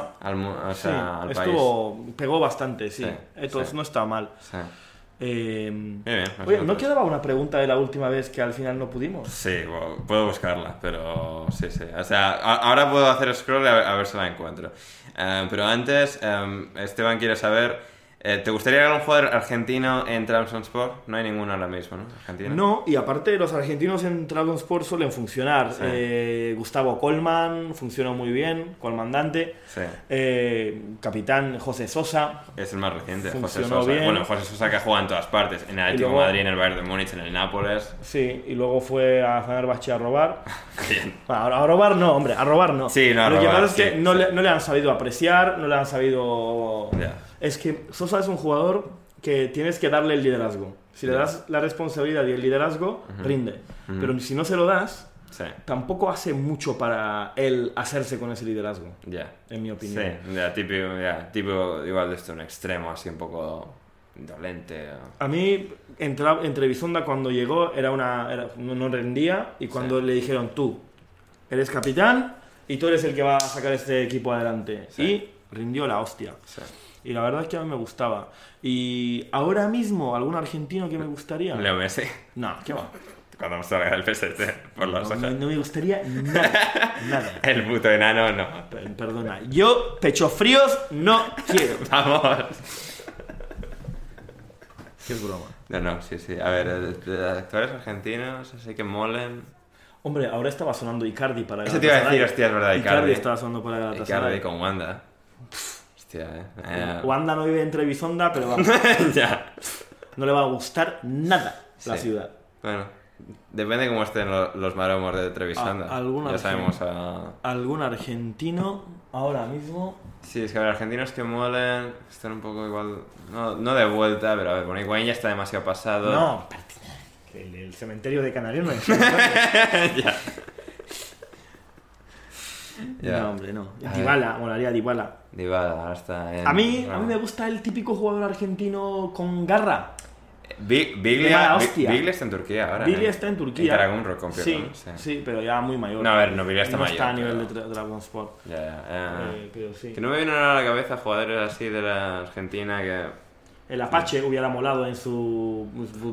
al país. Pegó bastante, sí. Ethos no está mal. Bien, oye, ¿no quedaba una pregunta de la última vez que al final no pudimos? Sí, puedo buscarla, pero sí. O sea, ahora puedo hacer scroll a ver si la encuentro. Pero antes, Esteban quiere saber, ¿te gustaría ver un jugador argentino en Trabzonspor? No hay ninguno ahora mismo, ¿no? Argentino. No, y aparte los argentinos en Trabzonspor suelen funcionar. Gustavo Colman funcionó muy bien, comandante. Capitán José Sosa. Es el más reciente, José Sosa. Bien. Bueno, José Sosa que ha jugado en todas partes, en el Atlético de Madrid, en el Bayern de Múnich, en el Nápoles. Sí, y luego fue a Fenerbahce a robar. A robar no, hombre, a robar no. Sí, no, a Lo robar, que pasa es que no le han sabido apreciar, no le han sabido... Es que Sosa es un jugador que tienes que darle el liderazgo. Si le das la responsabilidad y el liderazgo, rinde. Pero si no se lo das, tampoco hace mucho para él hacerse con ese liderazgo. En mi opinión. Tipo igual de esto, un extremo así un poco indolente. A mí, en Trebisonda cuando llegó, no rendía, y cuando le dijeron, tú eres capitán y tú eres el que va a sacar este equipo adelante. Y rindió la hostia. Y la verdad es que a mí me gustaba. Y ahora mismo, ¿algún argentino que me gustaría? Leo Messi. No, ¿qué va? Cuando me salga el PSG por los ojos. No me gustaría nada. El puto enano, no. Perdona. Yo, pecho fríos, no quiero. Vamos. Qué broma. No, sí. A ver, de actores argentinos, así que molen. Hombre, ahora estaba sonando Icardi para Eso te iba a decir, hostia, es verdad, Icardi estaba sonando para Galatasaray. Icardi con Wanda. Hostia, Wanda no vive en Trebisonda, pero vamos, ya. no le va a gustar nada la Sí. ciudad. Bueno, depende cómo estén los maromos de Trevisanda. Ya sabemos Algún argentino ahora mismo. Sí, es que a ver, argentinos que molen están un poco igual... No de vuelta, pero a ver, bueno, Higuaín ya está demasiado pasado. No, que el cementerio de Canarias no es. ya. Ya. No, hombre, no. A Dybala, molaría Dybala. Dybala, ahora está en... A mí me gusta el típico jugador argentino con garra. Biglia hostia. está en Turquía ahora. Biglia está en Turquía. En Karagümrük, confirmo. Sí, pero ya muy mayor. No, a ver, no, Biglia está no mayor. está a nivel pero... de Dragonsport. Ya. Pero sí. Que no me vienen a la cabeza jugadores así de la Argentina que... El Apache hubiera molado en su...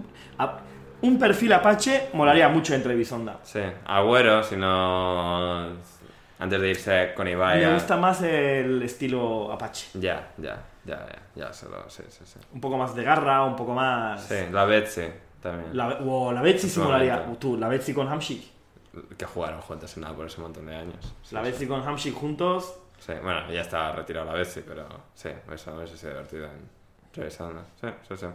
Un perfil Apache molaría mucho en Trebisonda. Sí, Agüero, si no... Antes de irse con Ibai. Me gusta más el estilo Apache. Ya, solo, sí. Un poco más de garra, un poco más... Sí, la Betsy también. La Betsy sí molaría. La Betsy con Hamsik. Que jugaron juntos en nada por ese montón de años. La Betsy con Hamsik juntos. Sí, bueno, ya está retirado la Betsy, pero sí, eso sí divertido en Trevisanda. Sí.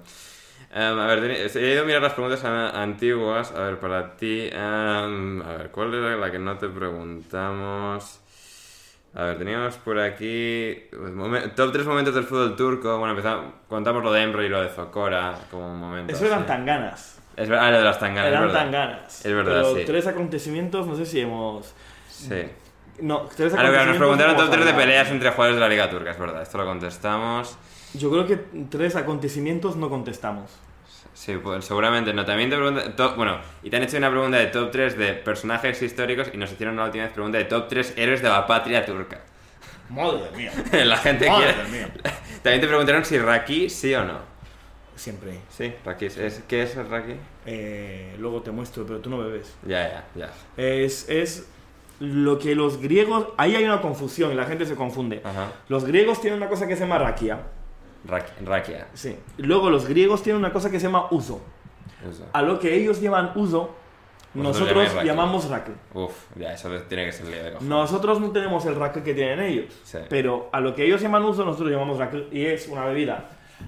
A ver, he ido a mirar las preguntas antiguas. A ver, para ti... a ver, ¿cuál era la que no te preguntamos? A ver, teníamos por aquí... Top 3 momentos del fútbol turco. Bueno, contamos lo de Emre y lo de Zokora como un momento. Eso eran tanganas. Es verdad, lo de las tanganas. Eran tanganas. Es verdad, pero sí. 3 acontecimientos, no sé si hemos... Sí. No, 3 A lo que nos preguntaron hemos top 3 de hablado. peleas entre jugadores de la Liga Turca, es verdad. Esto lo contestamos. Yo creo que 3 acontecimientos no contestamos. Sí, pues seguramente no. También te preguntan... Bueno, y te han hecho una pregunta de top 3 de personajes históricos y nos hicieron la última vez pregunta de top 3 héroes de la patria turca. Madre mía. La gente Madre quiere... mía. También te preguntaron si Raki sí o no. Siempre. Sí, Raki. ¿Qué es el Raki? Luego te muestro, pero tú no bebes. Ya. Es lo que los griegos... Ahí hay una confusión y la gente se confunde. Ajá. Los griegos tienen una cosa que se llama rakia. Rakia. Sí. Luego los griegos tienen una cosa que se llama uso. Eso. A lo que ellos llaman uso, nosotros llamáis raki. llamamos rakel. Uf, ya, eso tiene que ser lío de cojones. Nosotros no tenemos el rakel que tienen ellos. Sí. Pero a lo que ellos llaman uso, nosotros llamamos rakel. Y es una bebida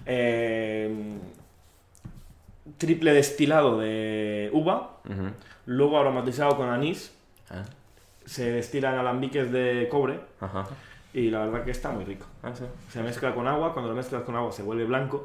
triple destilado de uva, luego aromatizado con anís. Ah. Se destilan alambiques de cobre. Ajá. Y la verdad que está muy rico. Ah, sí. Se mezcla con agua, cuando lo mezclas con agua se vuelve blanco.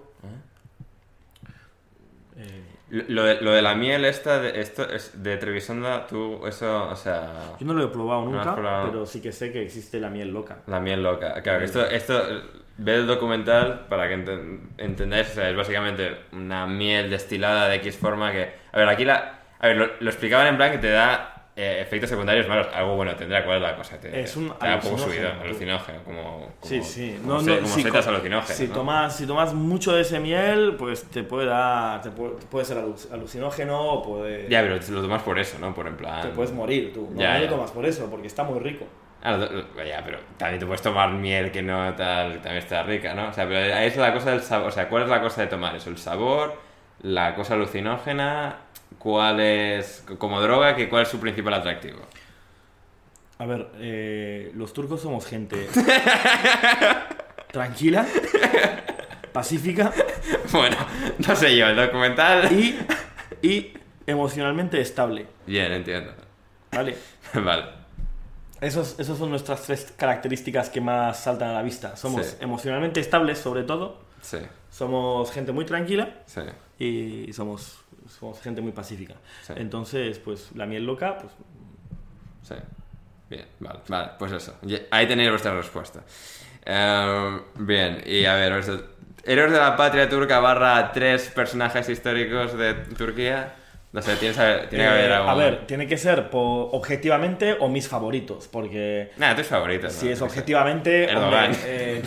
Lo de la miel esto es de Trebisonda, tú, eso, o sea... Yo no lo he probado ¿No nunca, has probado? pero sí que sé que existe la miel loca. La miel loca. Claro, esto ve el documental para que entendáis, o sea, es básicamente una miel destilada de X forma que... A ver, aquí lo explicaban en plan que te da efectos secundarios malos. Algo bueno tendrá, ¿cuál es la cosa? Te da un poco subido, alucinógeno, como Sí. como setas alucinógenas, Si ¿no? tomas mucho de ese miel, pues te puede ser alucinógeno o puede... Ya, pero te lo tomas por eso, ¿no? Por en plan... Te puedes morir tú. No, Ya, no lo ya. tomas por eso, porque está muy rico. Ya, pero también te puedes tomar miel que no tal, también está rica, ¿no? O sea, pero ahí es la cosa del sabor. O sea, ¿cuál es la cosa de tomar eso? El sabor, la cosa alucinógena, ¿cuál es, como droga, cuál es su principal atractivo? A ver, los turcos somos gente tranquila, pacífica Bueno, no sé yo, el documental... y emocionalmente estable. Bien, entiendo. ¿Vale? Vale. Esas son nuestras 3 características que más saltan a la vista. Somos Sí. emocionalmente estables, sobre todo. Sí, Somos gente muy tranquila sí. y somos gente muy pacífica. Sí. Entonces, pues la miel loca, pues Sí. Bien, vale, pues eso. Ahí tenéis vuestra respuesta. Bien, y a ver, héroes de la patria turca / 3 personajes históricos de Turquía. No sé, tiene que haber algo. a ver, tiene que ser objetivamente o mis favoritos, porque Nada, tus favoritos. si ¿no? es objetivamente, Erdogan. hombre,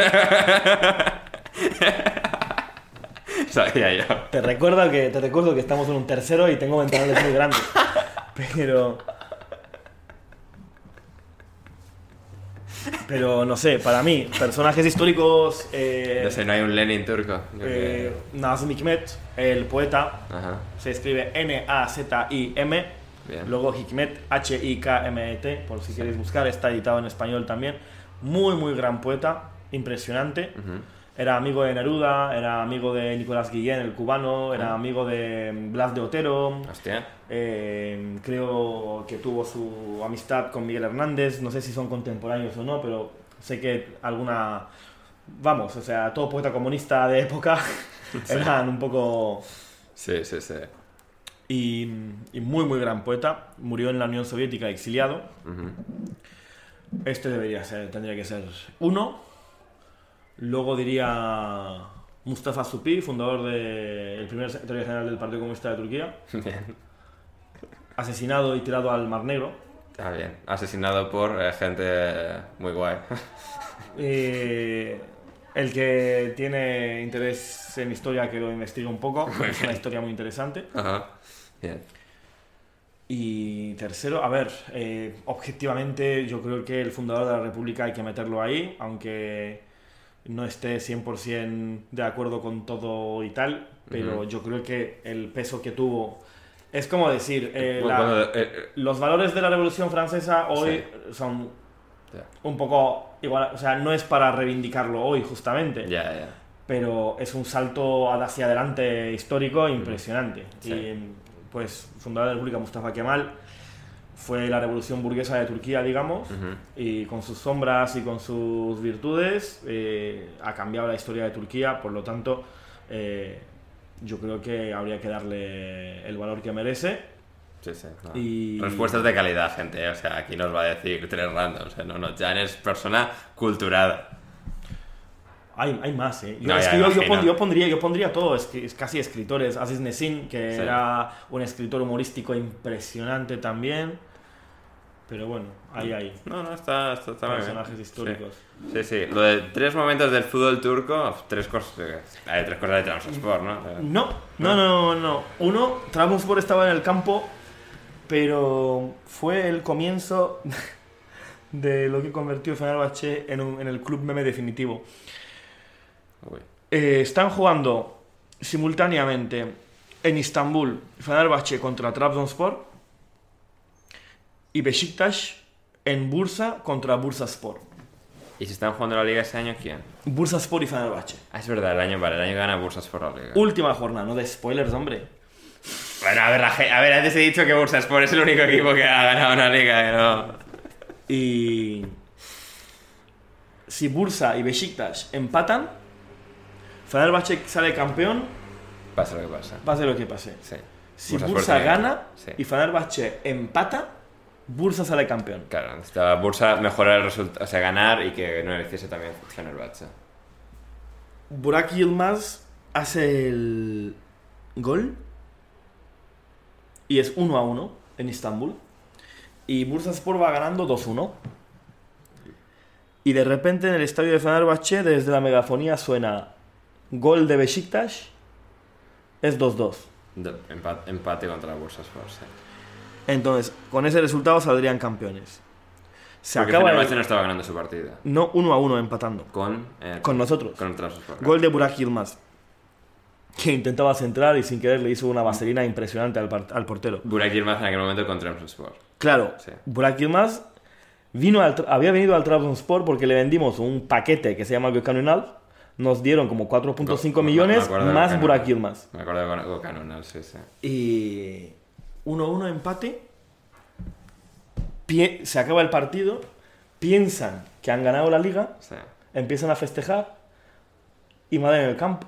Sabía yo. te recuerdo que estamos en un tercero y tengo ventanales muy grandes. Pero no sé, para mí, personajes históricos. No sé, no hay un Lenin turco. Nazım Hikmet, el poeta, Ajá. se escribe Nazim, Bien. Luego Hikmet, Hikmet, por si queréis buscar, está editado en español también. Muy, muy gran poeta, impresionante. Era amigo de Neruda, era amigo de Nicolás Guillén, el cubano, era amigo de Blas de Otero. Hostia. Creo que tuvo su amistad con Miguel Hernández, no sé si son contemporáneos o no, pero sé que alguna... Vamos, o sea, todo poeta comunista de época eran un poco... Sí. Y muy, muy gran poeta. Murió en la Unión Soviética, exiliado. Este tendría que ser 1. Luego diría Mustafa Suphi, fundador del primer secretario general del Partido Comunista de Turquía. Bien. Asesinado y tirado al Mar Negro. Está bien. Asesinado por gente muy guay. El que tiene interés en historia, que lo investigue un poco. Es una historia muy interesante. Ajá. Bien. Y tercero, a ver, objetivamente yo creo que el fundador de la República hay que meterlo ahí, aunque no esté 100% de acuerdo con todo y tal, pero yo creo que el peso que tuvo... Es como decir, los valores de la Revolución Francesa hoy son un poco igual, o sea, no es para reivindicarlo hoy justamente, pero es un salto hacia adelante histórico impresionante. Y pues fundador de la República, Mustafa Kemal, fue la revolución burguesa de Turquía, digamos, y con sus sombras y con sus virtudes ha cambiado la historia de Turquía. Por lo tanto, yo creo que habría que darle el valor que merece. Sí. No. Y... Respuestas de calidad, gente, o sea, aquí nos va a decir 3 randoms, no, Jan es persona culturada. Hay más, ¿eh? Yo pondría todo, es casi escritores. Aziz Nesin, que era un escritor humorístico impresionante también. Pero bueno, ahí. No, está personajes históricos. Sí. Lo de 3 momentos del fútbol turco, 3 cosas de Trabzonspor, ¿no? No. 1, Trabzonspor estaba en el campo, pero fue el comienzo de lo que convirtió Fenerbahçe en el club meme definitivo. Están jugando simultáneamente en Istambul Fenerbahçe contra Trabzonspor y Beşiktaş en Bursa contra Bursaspor. ¿Y si están jugando la liga ese año, quién? Bursaspor y Fenerbahçe. Es verdad, el año gana Bursaspor la liga. Última jornada, no de spoilers, hombre. Bueno, a ver, antes he dicho que Bursaspor es el único equipo que ha ganado una liga, que no... Y si Bursa y Beşiktaş empatan, Fenerbahçe sale campeón. Pase lo que pase. Pase lo que pase. Sí. Si Bursa gana y Fenerbahçe empata, Bursa sale campeón. Claro, necesitaba Bursa mejorar el resultado, o sea, ganar y que no le hiciese también Fenerbahçe. Burak Yılmaz hace el gol y es 1-1 en Istambul. Y Bursaspor va ganando 2-1. Y de repente en el estadio de Fenerbahçe, desde la megafonía suena gol de Beşiktaş, es 2-2. Empate contra Bursaspor, sí. Entonces, con ese resultado saldrían campeones. Porque Fenerbahçe no estaba ganando su partida. No, 1-1 empatando. Con nosotros. Con Trabzonspor. Gol de Burak Yılmaz, que intentaba centrar y sin querer le hizo una vaselina impresionante al portero. Burak Yılmaz en aquel momento con Trabzonspor. Claro, sí. Burak Yılmaz había venido al Trabzonspor porque le vendimos un paquete que se llama Gökhan Ünal. Nos dieron como 4.5 millones más Burak Yılmaz. Me acuerdo de Gökhan Ünal, sí. Y 1-1 empate. Se acaba el partido. Piensan que han ganado la liga. Sí. Empiezan a festejar. Y madre en el campo.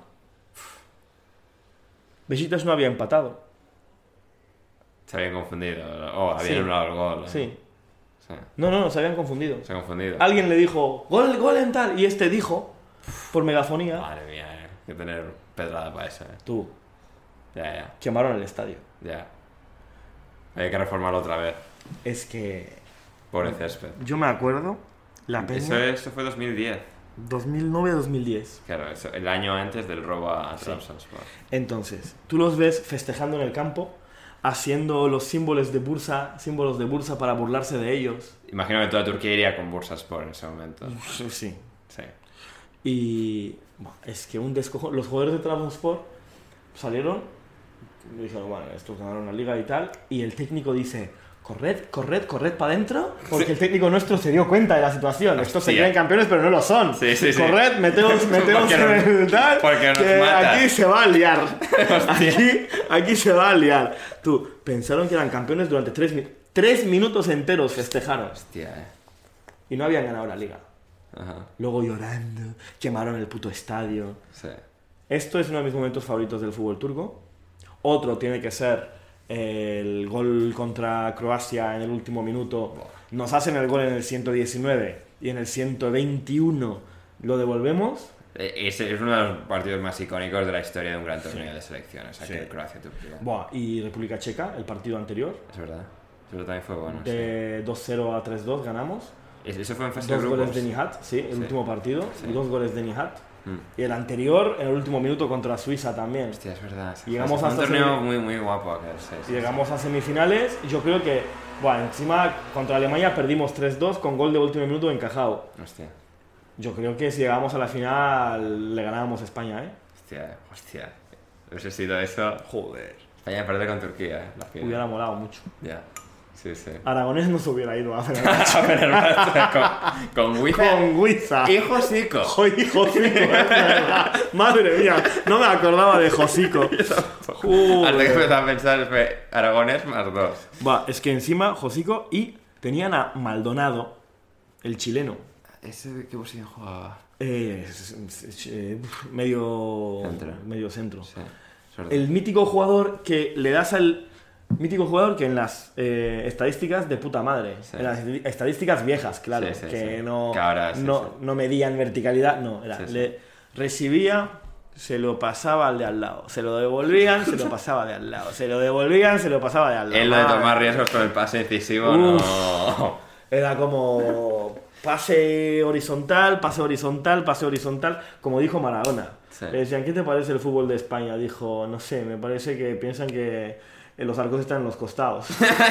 Beşiktaş no había empatado. Se habían confundido. Habían anulado el gol. Sí. No, se habían confundido. Se han confundido. Alguien le dijo, gol en tal. Y este dijo, por megafonía. Madre mía, hay que tener pedrada para eso. Tú. Ya. Quemaron el estadio. Ya. Hay que reformarlo otra vez. Es que... Pobre césped. Yo me acuerdo, la peña... Eso fue 2010. 2009-2010. Claro, el año antes del robo a Trabzonspor. Entonces, tú los ves festejando en el campo, haciendo los símbolos de Bursa para burlarse de ellos. Imagino que toda Turquía iría con Bursaspor en ese momento. Sí. Y es que un descojo. Los jugadores de Trabzonspor salieron Dijeron, bueno, estos ganaron la liga y tal. Y el técnico dice, corred para adentro, porque el técnico nuestro se dio cuenta de la situación. Estos se creen campeones, pero no lo son. Corred, meteos en el tal, que aquí se va a liar. Aquí se va a liar. Tú, pensaron que eran campeones durante 3 minutos enteros festejaron. Hostia, Y no habían ganado la liga. Ajá. Luego llorando, quemaron el puto estadio. Sí. Esto es uno de mis momentos favoritos del fútbol turco. Otro tiene que ser el gol contra Croacia en el último minuto. Nos hacen el gol en el 119 y en el 121 lo devolvemos. Ese es uno de los partidos más icónicos de la historia de un gran torneo de selecciones, aquel Croacia-Turquía. Y República Checa, el partido anterior. Es verdad. Eso también fue bueno. De 2-0 a 3-2 ganamos. Eso fue en fase de 2 grupos. goles de Nihat, el último partido. Sí. Y 2 goles de Nihat. Y el anterior, en el último minuto, contra Suiza también. Hostia, es verdad. Llegamos un hasta torneo muy guapo aquel. Sí, llegamos a semifinales. Yo creo que, encima contra Alemania perdimos 3-2 con gol de último minuto encajado. Hostia. Yo creo que si llegamos a la final le ganábamos a España, Hostia. Hubiese sido eso. Joder. España perder con Turquía, la final. Hubiera molado mucho. Ya. Sí. Aragonés no se hubiera ido a Fenerbahce. A Fenerbahce con Huiza. Con Huiza. Y Josico. Y Josico, es verdad. Madre mía, no me acordaba de Josico. Hasta que empecé a pensar, fue Aragonés más 2. Es que encima Josico y tenían a Maldonado, el chileno. ¿Ese de qué posición jugaba? Medio centro. Sí, el mítico jugador que le das al... Mítico jugador que en las estadísticas de puta madre, en las estadísticas viejas, claro, que no medían verticalidad, le recibía, se lo pasaba al de al lado, se lo devolvían, se lo pasaba de al lado, se lo devolvían, se lo pasaba de al lado. Él lo de tomar riesgos con el pase incisivo, no. Era como pase horizontal, como dijo Maradona. Le decían, ¿qué te parece el fútbol de España? Dijo, no sé, me parece que piensan que los arcos están en los costados.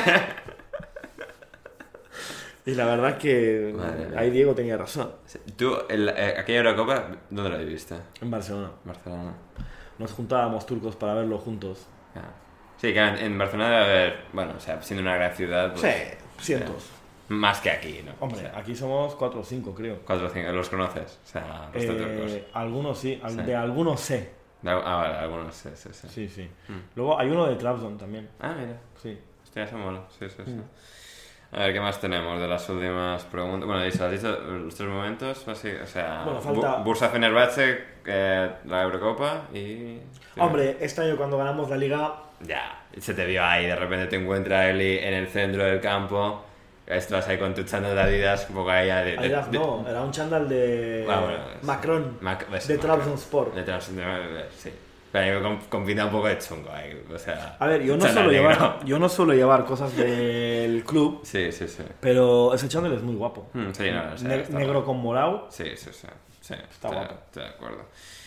Y la verdad que ahí Diego tenía razón. ¿Tú, aquella Eurocopa, dónde la viviste? En Barcelona. Nos juntábamos turcos para verlo juntos. Sí, que en Barcelona debe haber, siendo una gran ciudad... Pues, sí, cientos. Más que aquí, ¿no? Hombre, aquí somos 4 o 5, creo. 4 o 5, ¿los conoces? O sea, los turcos. Algunos sí, de algunos sé. Vale, algunos sí. Sí. Luego hay uno de Trabzon también. Mira. Sí. Hostia, eso mola. Sí. A ver, ¿qué más tenemos de las últimas preguntas? Bueno, has dicho los 3 momentos, así, o sea... falta... Bursa Fenerbahce, la Eurocopa y... Hombre, este año cuando ganamos la Liga... Ya, se te vio ahí, de repente te encuentra Eli en el centro del campo... Estás ahí con tu chándal de Adidas, un poco ahí... No, era un chándal de... Macron, de Trabzonspor. Sí. Pero combina un poco de chungo ahí, o sea... A ver, yo no suelo llevar cosas del club. Sí. Pero ese chándal es muy guapo. Negro con morado. Sí. Está guapo. Estoy de acuerdo.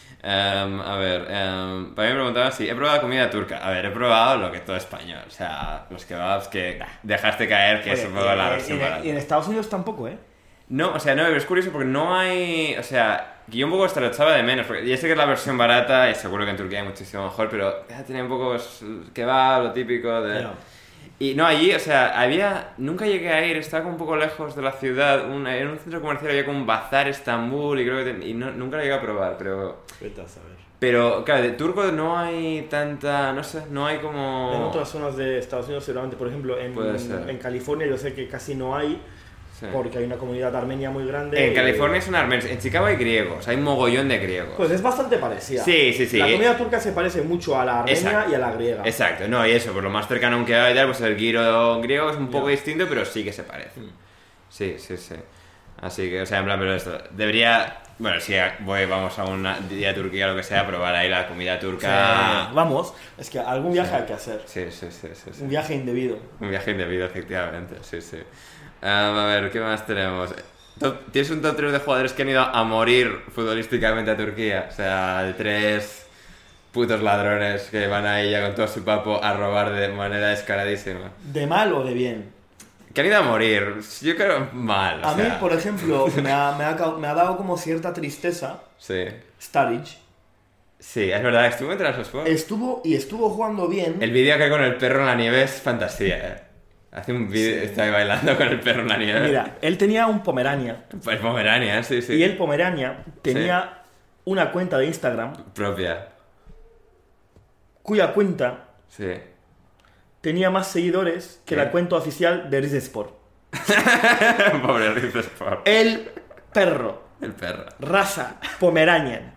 A ver, para mí me preguntaban si he probado comida turca. A ver, he probado lo que todo español. O sea, los kebabs que dejaste caer, que es un poco la versión barata. Y en Estados Unidos tampoco, No, pero es curioso porque no hay... O sea, yo un poco hasta lo echaba de menos. Porque ya sé que es la versión barata y seguro que en Turquía hay muchísimo mejor, pero tenía un poco kebab, lo típico de... Yeah. Y no, allí, o sea, nunca llegué a ir, estaba como un poco lejos de la ciudad, en un centro comercial había como un bazar Estambul y creo que nunca lo llegué a probar, pero... Vete a saber. Pero, claro, de turco no hay tanta, no sé, no hay como... En otras zonas de Estados Unidos seguramente, por ejemplo, en California yo sé que casi no hay, porque hay una comunidad armenia muy grande. En California son armenios, en Chicago hay griegos, hay un mogollón de griegos. Pues es bastante parecida. Sí. La comida turca se parece mucho a la armenia y a la griega. Exacto, no, y eso, por lo más cercano a un kebab y tal, pues el gyro griego es un poco distinto, pero sí que se parece. Sí. Así que, o sea, en plan, pero esto, debería... Bueno, si vamos a un día de Turquía o lo que sea, probar ahí la comida turca. Sí, vamos, es que algún viaje hay que hacer. Sí. Un viaje indebido. Un viaje indebido, efectivamente, sí. A ver, ¿qué más tenemos? ¿Tienes un top 3 de jugadores que han ido a morir futbolísticamente a Turquía? O sea, de 3 putos ladrones que van ahí ya con todo su papo a robar de manera descaradísima. ¿De mal o de bien? Que han ido a morir, yo creo mal. A mí, por ejemplo, me ha dado como cierta tristeza. Sí. Staric. Sí, es verdad, estuvo en Trabzonspor. Estuvo jugando bien. El vídeo que hay con el perro en la nieve es fantasía, ¿eh? Hace un vídeo, está ahí bailando con el perro en la nieve. Mira, él tenía un Pomerania. Pues Pomerania, sí. Y el Pomerania tenía una cuenta de Instagram Propia. cuya cuenta Sí. tenía más seguidores que la cuenta oficial de Rizesport. Pobre Rizesport. El perro, El perro. raza Pomeranian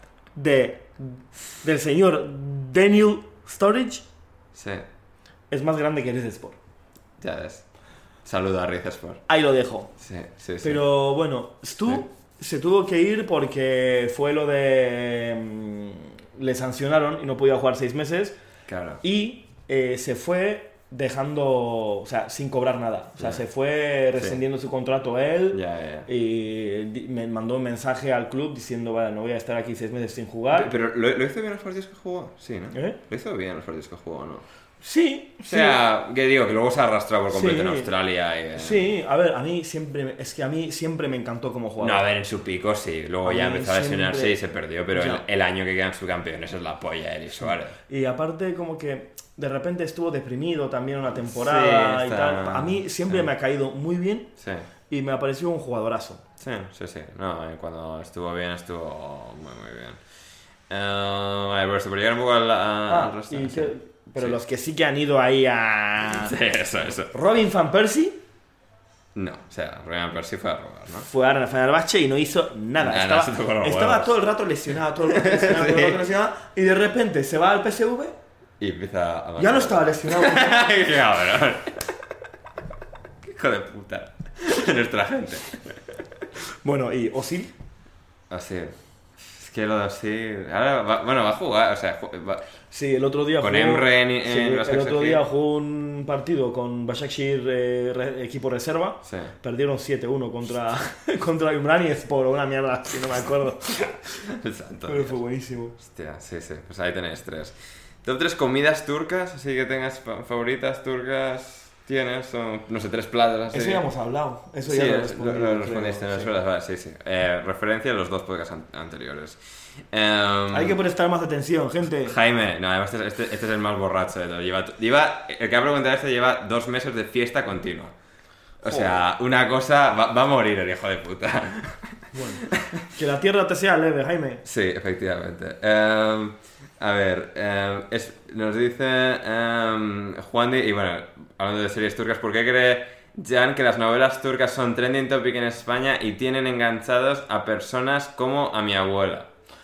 del señor Daniel Sturridge Sí, es más grande que Rizesport. ya ves. Saludo a Rizesport. Ahí lo dejo. Sí. Pero bueno, Stu se tuvo que ir porque fue lo de... le sancionaron y no podía jugar 6 meses. Claro. Y se fue dejando, o sea, sin cobrar nada. O sea, se fue rescindiendo su contrato él. Ya. Y me mandó un mensaje al club diciendo, vale, no voy a estar aquí 6 meses sin jugar. Pero ¿lo hizo bien los partidos que jugó? Sí, ¿no? ¿Eh? ¿Lo hizo bien los partidos que jugó o no? Sí, O sea, que digo, que luego se ha arrastrado por completo Sí. en Australia. Y, sí, a ver, a mí siempre me encantó como No, jugador. a ver, en su pico sí. Luego A ya mí empezó a lesionarse siempre- y se perdió. Pero Ya. el año que quedan subcampeones es la polla, él y Suárez. Y aparte como que de repente estuvo deprimido también una temporada Sí, y está- tal. A mí siempre sí. me ha caído muy bien Sí. y me ha parecido un jugadorazo. Sí. No, cuando estuvo bien, estuvo muy bien. Vale, pues por llegar un poco al resto. Pero Sí. los que sí que han ido ahí a... Sí, eso. Robin Van Persie No, o sea, Ryan Persie fue a robar, ¿no? fue a Fenerbahce y no hizo nada. Nada, se tocó los estaba huevos. todo el rato lesionado, todo el rato lesionado, y de repente se va al PSV, Y empieza a... ya no estaba lesionado. ¡Qué cabrón! Hijo de puta. Nuestra gente. Bueno, y Osil, Así. Es que lo de así... Ahora va a jugar, o sea... sí, el otro día Con jugó, Emre en sí, el Başakşehir. otro día jugó un partido con Başakşehir, equipo reserva. Sí. Perdieron 7-1 contra Ümraniyeспor o una mierda, si no me acuerdo. Santo Pero Dios. fue buenísimo. Hostia, sí. Pues ahí tenéis 3. Top 3 comidas turcas, así que tengas favoritas turcas. ¿Tienes? Son, no sé, 3 platos así. Eso ya hemos hablado. Eso Sí, ya lo lo respondí. respondiste en las sí. horas, vale, sí. Referencia a los 2 podcasts anteriores. Hay que prestar más atención, gente. Jaime, no, además este es el más borracho de todo. El que ha preguntado esto lleva 2 meses de fiesta continua. O sea, una cosa... Va a morir el hijo de puta. Bueno, que la tierra te sea leve, Jaime. Sí, efectivamente. A ver, nos dice Juan y bueno, hablando de series turcas, ¿por qué cree Jan que las novelas turcas son trending topic en España y tienen enganchados a personas como a mi abuela?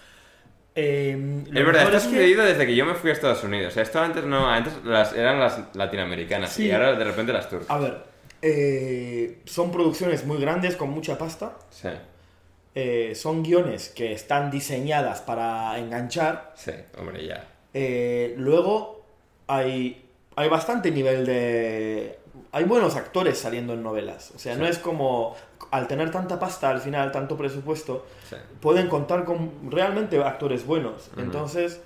Es verdad, esto ha sucedido desde que yo me fui a Estados Unidos. Esto antes no, antes eran las latinoamericanas Sí. y ahora de repente las turcas. A ver, son producciones muy grandes con mucha pasta. Sí, Son guiones que están diseñadas para enganchar. sí, hombre, ya. Luego hay bastante nivel de... Hay buenos actores saliendo en novelas. O sea, Sí. no es como... Al tener tanta pasta al final, tanto presupuesto, Sí. pueden contar con realmente actores buenos. Entonces,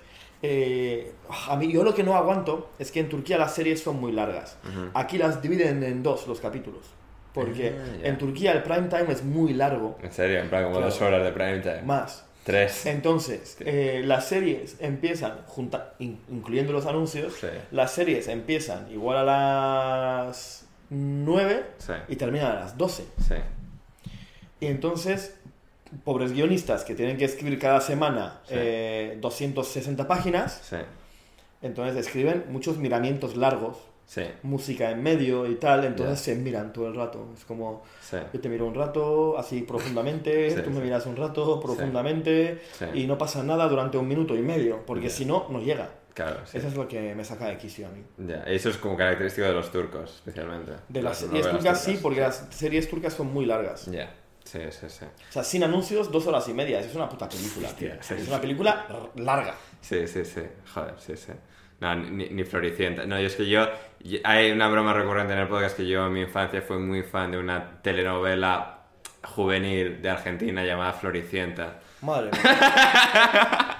yo lo que no aguanto es que en Turquía las series son muy largas. Aquí las dividen en 2 los capítulos. Porque Ya. en Turquía el prime time es muy largo. En serio, en plan como Claro. 2 horas de prime time. Más. 3. Entonces, las series empiezan, incluyendo los anuncios, Sí. las series empiezan igual a las 9 Sí. y terminan a las 12. Sí. Y entonces, pobres guionistas que tienen que escribir cada semana Sí. 260 páginas, Sí. entonces escriben muchos miramientos largos, Sí. música en medio y tal, entonces Ya. se miran todo el rato. Es como, Sí. yo te miro un rato así profundamente, Sí, tú me sí. miras un rato profundamente Sí. y no pasa nada durante 1 minuto y medio, porque Ya. si no, no llega. Claro, sí. Eso es lo que me saca de quicio a mí. Ya, eso es como característico de los turcos, especialmente. De las series novelas turcas sí, porque las series turcas son muy largas. Ya, sí. O sea, sin anuncios, 2 horas y media. Es una puta película, tío. Hostia, sí. Es una película larga. Sí. Joder, sí. No, ni Floricienta. No, hay una broma recurrente en el podcast que yo en mi infancia fui muy fan de una telenovela juvenil de Argentina llamada Floricienta. Madre mía.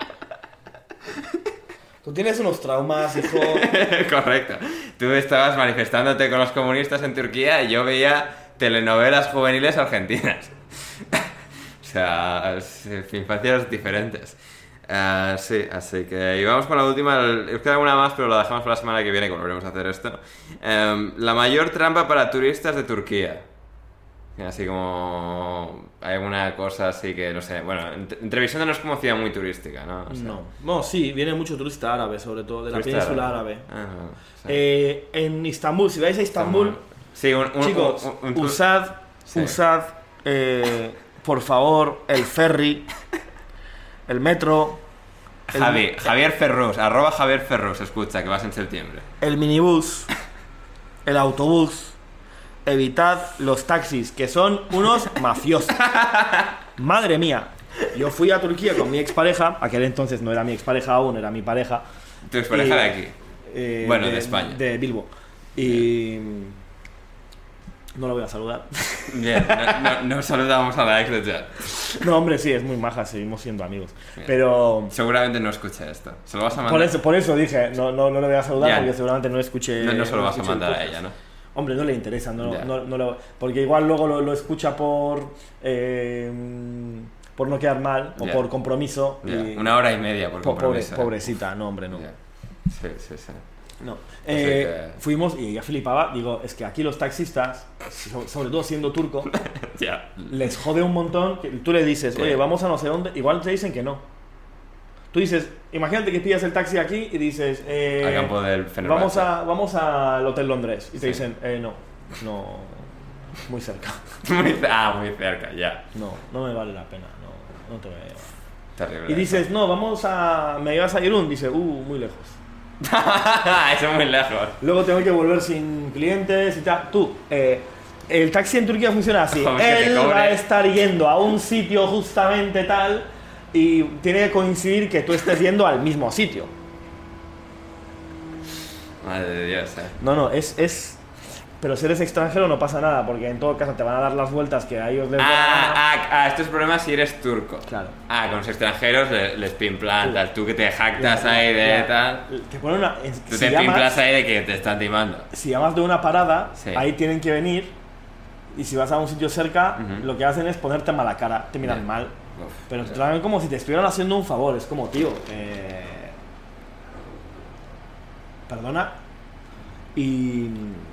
Tú tienes unos traumas, hijo. Correcto. Tú estabas manifestándote con los comunistas en Turquía y yo veía telenovelas juveniles argentinas. O sea, infancias diferentes. Sí, así que y vamos con la última. Os queda una más, pero la dejamos para la semana que viene, que volveremos a hacer esto. La mayor trampa para turistas de Turquía. Así como hay alguna cosa así que, no sé, bueno, Treviso no es como ciudad muy turística, ¿no? O sea, No, sí, viene mucho turista árabe, sobre todo, de la turista península árabe. Sí. En Istambul, si vais a Istambul, sí, chicos, un usad, por favor, el ferry, el metro, Javier Ferrus, @Javier Ferrus, escucha, que vas en septiembre. el minibús, el autobús. Evitad los taxis, que son unos mafiosos. Madre mía. Yo fui a Turquía con mi expareja. Aquel entonces no era mi expareja aún, era mi pareja. ¿Tu expareja de aquí? Bueno, de España. De Bilbo. Y... no lo voy a saludar. Bien, no saludamos a la ex de Jan. No, hombre, sí, es muy maja, seguimos siendo amigos. Bien. Pero... seguramente no escuché esto. ¿Se lo vas a mandar? Por eso dije, no le voy a saludar, Jan, porque seguramente no escuché... No se lo vas a mandar a ella, ¿no? Hombre, no le interesa, porque igual luego lo escucha por no quedar mal o por compromiso. Y 1 hora y media por compromiso. Pobrecita, no, hombre, no. Sí. No. Fuimos y ella flipaba. Digo, es que aquí los taxistas, sobre todo siendo turco, les jode un montón. Que tú le dices, oye, vamos a no sé dónde, igual te dicen que no. Tú dices, imagínate que pillas el taxi aquí y dices, al campo del Fenerbahce. vamos al Hotel Londres. Y te dicen, no, muy cerca. Muy cerca, ya. No me vale la pena, no te voy a llevar. Terrible. Y dices, no, me llevas a Irún. Dice, muy lejos. Eso es muy lejos. Luego tengo que volver sin clientes y tal. Tú, el taxi en Turquía funciona así. Él va a estar yendo a un sitio justamente tal... y tiene que coincidir que tú estés yendo al mismo sitio. Madre de Dios, No, es... Pero si eres extranjero no pasa nada, porque en todo caso te van a dar las vueltas que a ellos les dan. Esto es problema si eres turco. Claro. Con los extranjeros les pimplantas. Tú que te jactas ahí de tal... Te ponen una... Tú te pimplas ahí de que te están timando. Si llamas de una parada, ahí tienen que venir, y si vas a un sitio cerca, lo que hacen es ponerte mala cara, te miran mal. Pero te lo ven como si te estuvieran haciendo un favor. Es como, tío, perdona. Y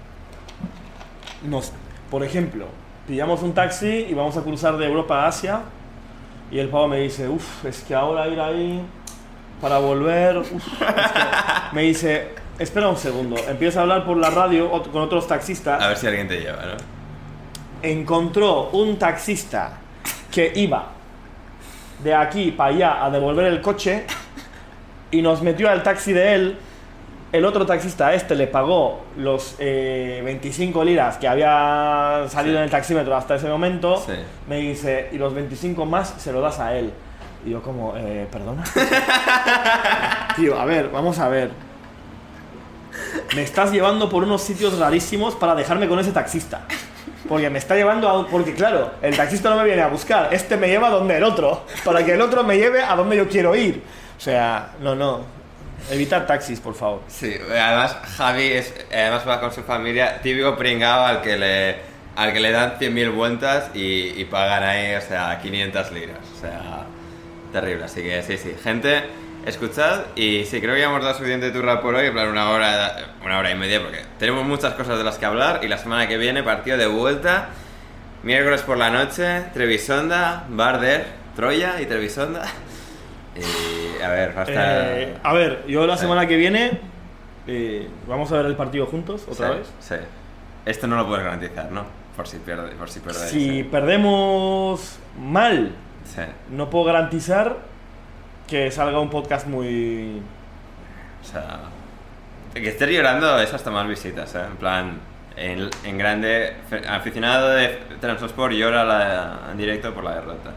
por ejemplo, pillamos un taxi y vamos a cruzar de Europa a Asia, y el pavo me dice, es que ahora ir ahí para volver, me dice, espera un segundo. Empieza a hablar por la radio con otros taxistas. A ver si alguien te lleva, ¿no? Encontró un taxista que iba de aquí para allá a devolver el coche y nos metió al taxi de él. El otro taxista le pagó los 25 liras que había salido en el taxímetro hasta ese momento. Me dice, y los 25 más se lo das a él. Y yo como, ¿perdona? Tío, a ver, vamos a ver. Me estás llevando por unos sitios rarísimos para dejarme con ese taxista. Porque me está llevando porque claro, el taxista no me viene a buscar, me lleva donde el otro, para que el otro me lleve a donde yo quiero ir. O sea, no. Evitar taxis, por favor. Sí, además Javi además va con su familia, típico pringao al que le dan 100.000 vueltas y pagan ahí, o sea, 500 liras. O sea, terrible. Así que sí, gente, escuchad. Y sí, creo que ya hemos dado suficiente turra por hoy, en plan 1 hora y media, porque tenemos muchas cosas de las que hablar. Y la semana que viene, partido de vuelta, miércoles por la noche, Trebisonda, Barder, Troya y Trebisonda. Y a ver, va a estar... yo la semana que viene vamos a ver el partido juntos otra vez. Sí. Esto no lo puedes garantizar, ¿no? Por si perdéis. Si perdemos mal, no puedo garantizar que salga un podcast muy... O sea, que estés llorando es hasta más visitas, En plan, en grande, aficionado de Trabzonspor llora en directo por la derrota.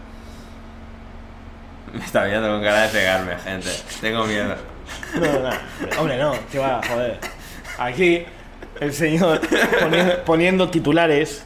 Me está viendo con cara de pegarme, gente. Tengo miedo. No. Hombre, no. ¿Qué va? Joder. Aquí, el señor poniendo titulares.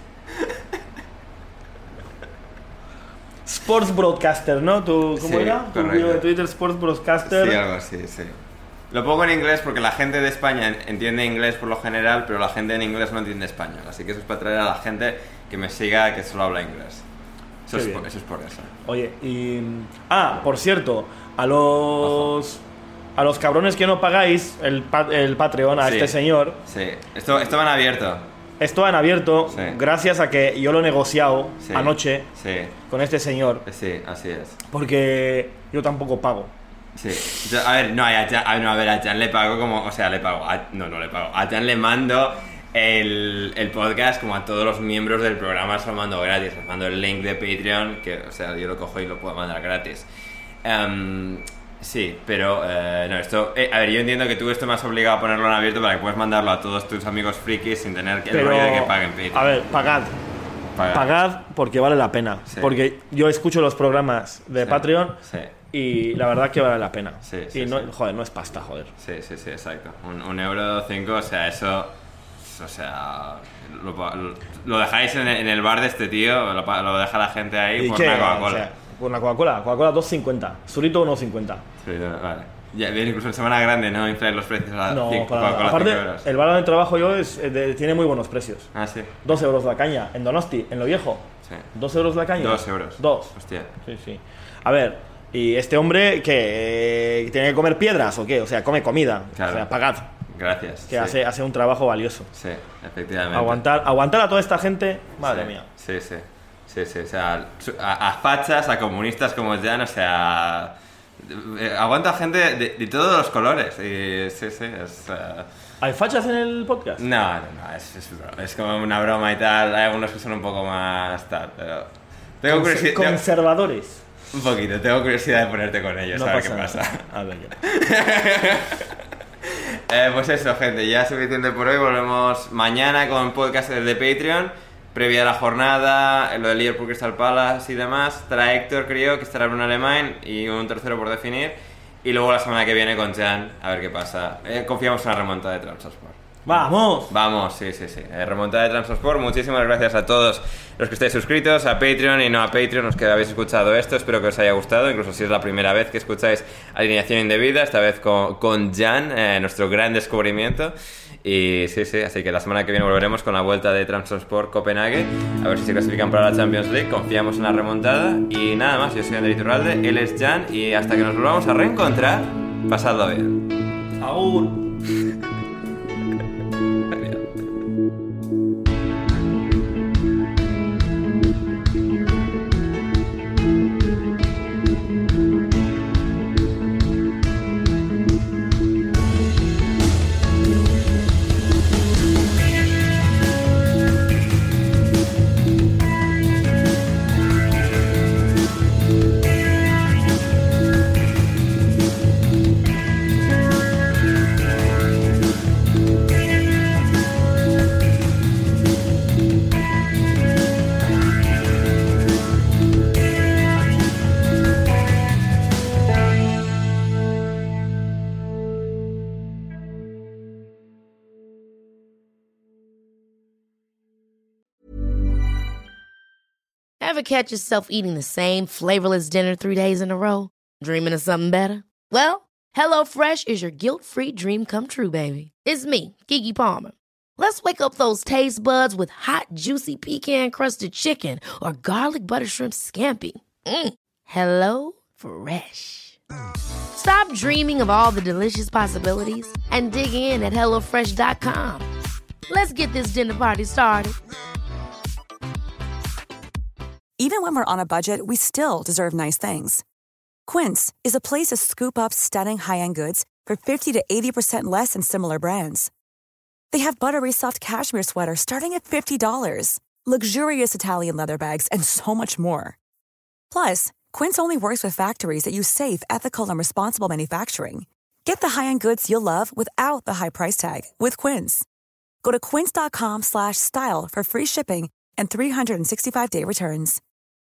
Sports Broadcaster, ¿no? ¿Cómo era? Tu vídeo de Twitter, Sports Broadcaster. Sí, algo así, sí. Lo pongo en inglés porque la gente de España entiende inglés por lo general, pero la gente en inglés no entiende español. Así que eso es para traer a la gente que me siga, que solo habla inglés. Eso es por eso. Oye, y... por cierto, a los cabrones que no pagáis el Patreon a este señor... Sí, esto va en abierto. Esto va en abierto gracias a que yo lo he negociado anoche con este señor. Sí, así es. Porque yo tampoco pago. Sí. A ver, a Jan le pago como... O sea, le pago... No le pago. A Jan le mando el podcast como a todos los miembros del programa, se lo mando gratis. Les mando el link de Patreon, que, o sea, yo lo cojo y lo puedo mandar gratis. Sí, pero no, esto... a ver, yo entiendo que tú esto me has obligado a ponerlo en abierto para que puedas mandarlo a todos tus amigos frikis sin tener el rollo de que paguen Patreon. A ver, pagad porque vale la pena. Sí. Porque yo escucho los programas de Patreon y la verdad que vale la pena. Y no, joder, no es pasta, joder. Sí, exacto. un euro 5, o sea, eso... O sea, lo dejáis en el bar de este tío, lo deja la gente ahí por una Coca-Cola. O sea, por una Coca-Cola 2.50, Surito 1.50. Vale. Ya, bien, incluso en Semana Grande, ¿no? Inflar los precios a Coca-Cola. Aparte, 5 euros. El bar donde trabajo yo tiene muy buenos precios. Ah, sí. 2 euros la caña, en Donosti, en Lo Viejo. Sí. 2 euros la caña. 2 euros. 2. Hostia. Sí. A ver, ¿y este hombre que tiene que comer piedras o qué? O sea, come comida. Claro. O sea, pagad. Gracias. Que hace un trabajo valioso. Sí, efectivamente. Aguantar a toda esta gente, madre mía. Sí. O sea, a fachas, a comunistas como Jan, o sea... aguanta gente de todos los colores. Y sí, es... ¿Hay fachas en el podcast? No, es como una broma y tal. Hay algunos que son un poco más tal, pero... Tengo curiosidad... Conservadores. Un poquito, tengo curiosidad de ponerte con ellos, a ver qué pasa. A ver pues eso, gente, ya es suficiente por hoy. Volvemos mañana con podcast de Patreon, previa a la jornada, lo de Liverpool Crystal Palace y demás. Estará Héctor, creo, que estará Bruno Alemán y un tercero por definir. Y luego la semana que viene con Jan, a ver qué pasa. Confiamos en la remontada de Trabzonspor. ¡Vamos! Sí. Remontada de Trabzonspor. Muchísimas gracias a todos los que estáis suscritos a Patreon y no a Patreon, los que habéis escuchado esto. Espero que os haya gustado, incluso si es la primera vez que escucháis Alineación Indebida, esta vez con Jan, nuestro gran descubrimiento. Y sí, así que la semana que viene volveremos con la vuelta de Trabzonspor Copenhague, a ver si se clasifican para la Champions League. Confiamos en la remontada. Y nada más, yo soy Ander Iturralde, él es Jan, y hasta que nos volvamos a reencontrar, pasadlo bien. Agur. Ever catch yourself eating the same flavorless dinner 3 days in a row? Dreaming of something better? Well, HelloFresh is your guilt-free dream come true, baby. It's me, Keke Palmer. Let's wake up those taste buds with hot, juicy pecan-crusted chicken or garlic butter shrimp scampi. Hello Fresh. Stop dreaming of all the delicious possibilities and dig in at HelloFresh.com. Let's get this dinner party started. Even when we're on a budget, we still deserve nice things. Quince is a place to scoop up stunning high-end goods for 50 to 80% less than similar brands. They have buttery soft cashmere sweaters starting at $50, luxurious Italian leather bags, and so much more. Plus, Quince only works with factories that use safe, ethical, and responsible manufacturing. Get the high-end goods you'll love without the high price tag with Quince. Go to quince.com/style for free shipping and 365-day returns.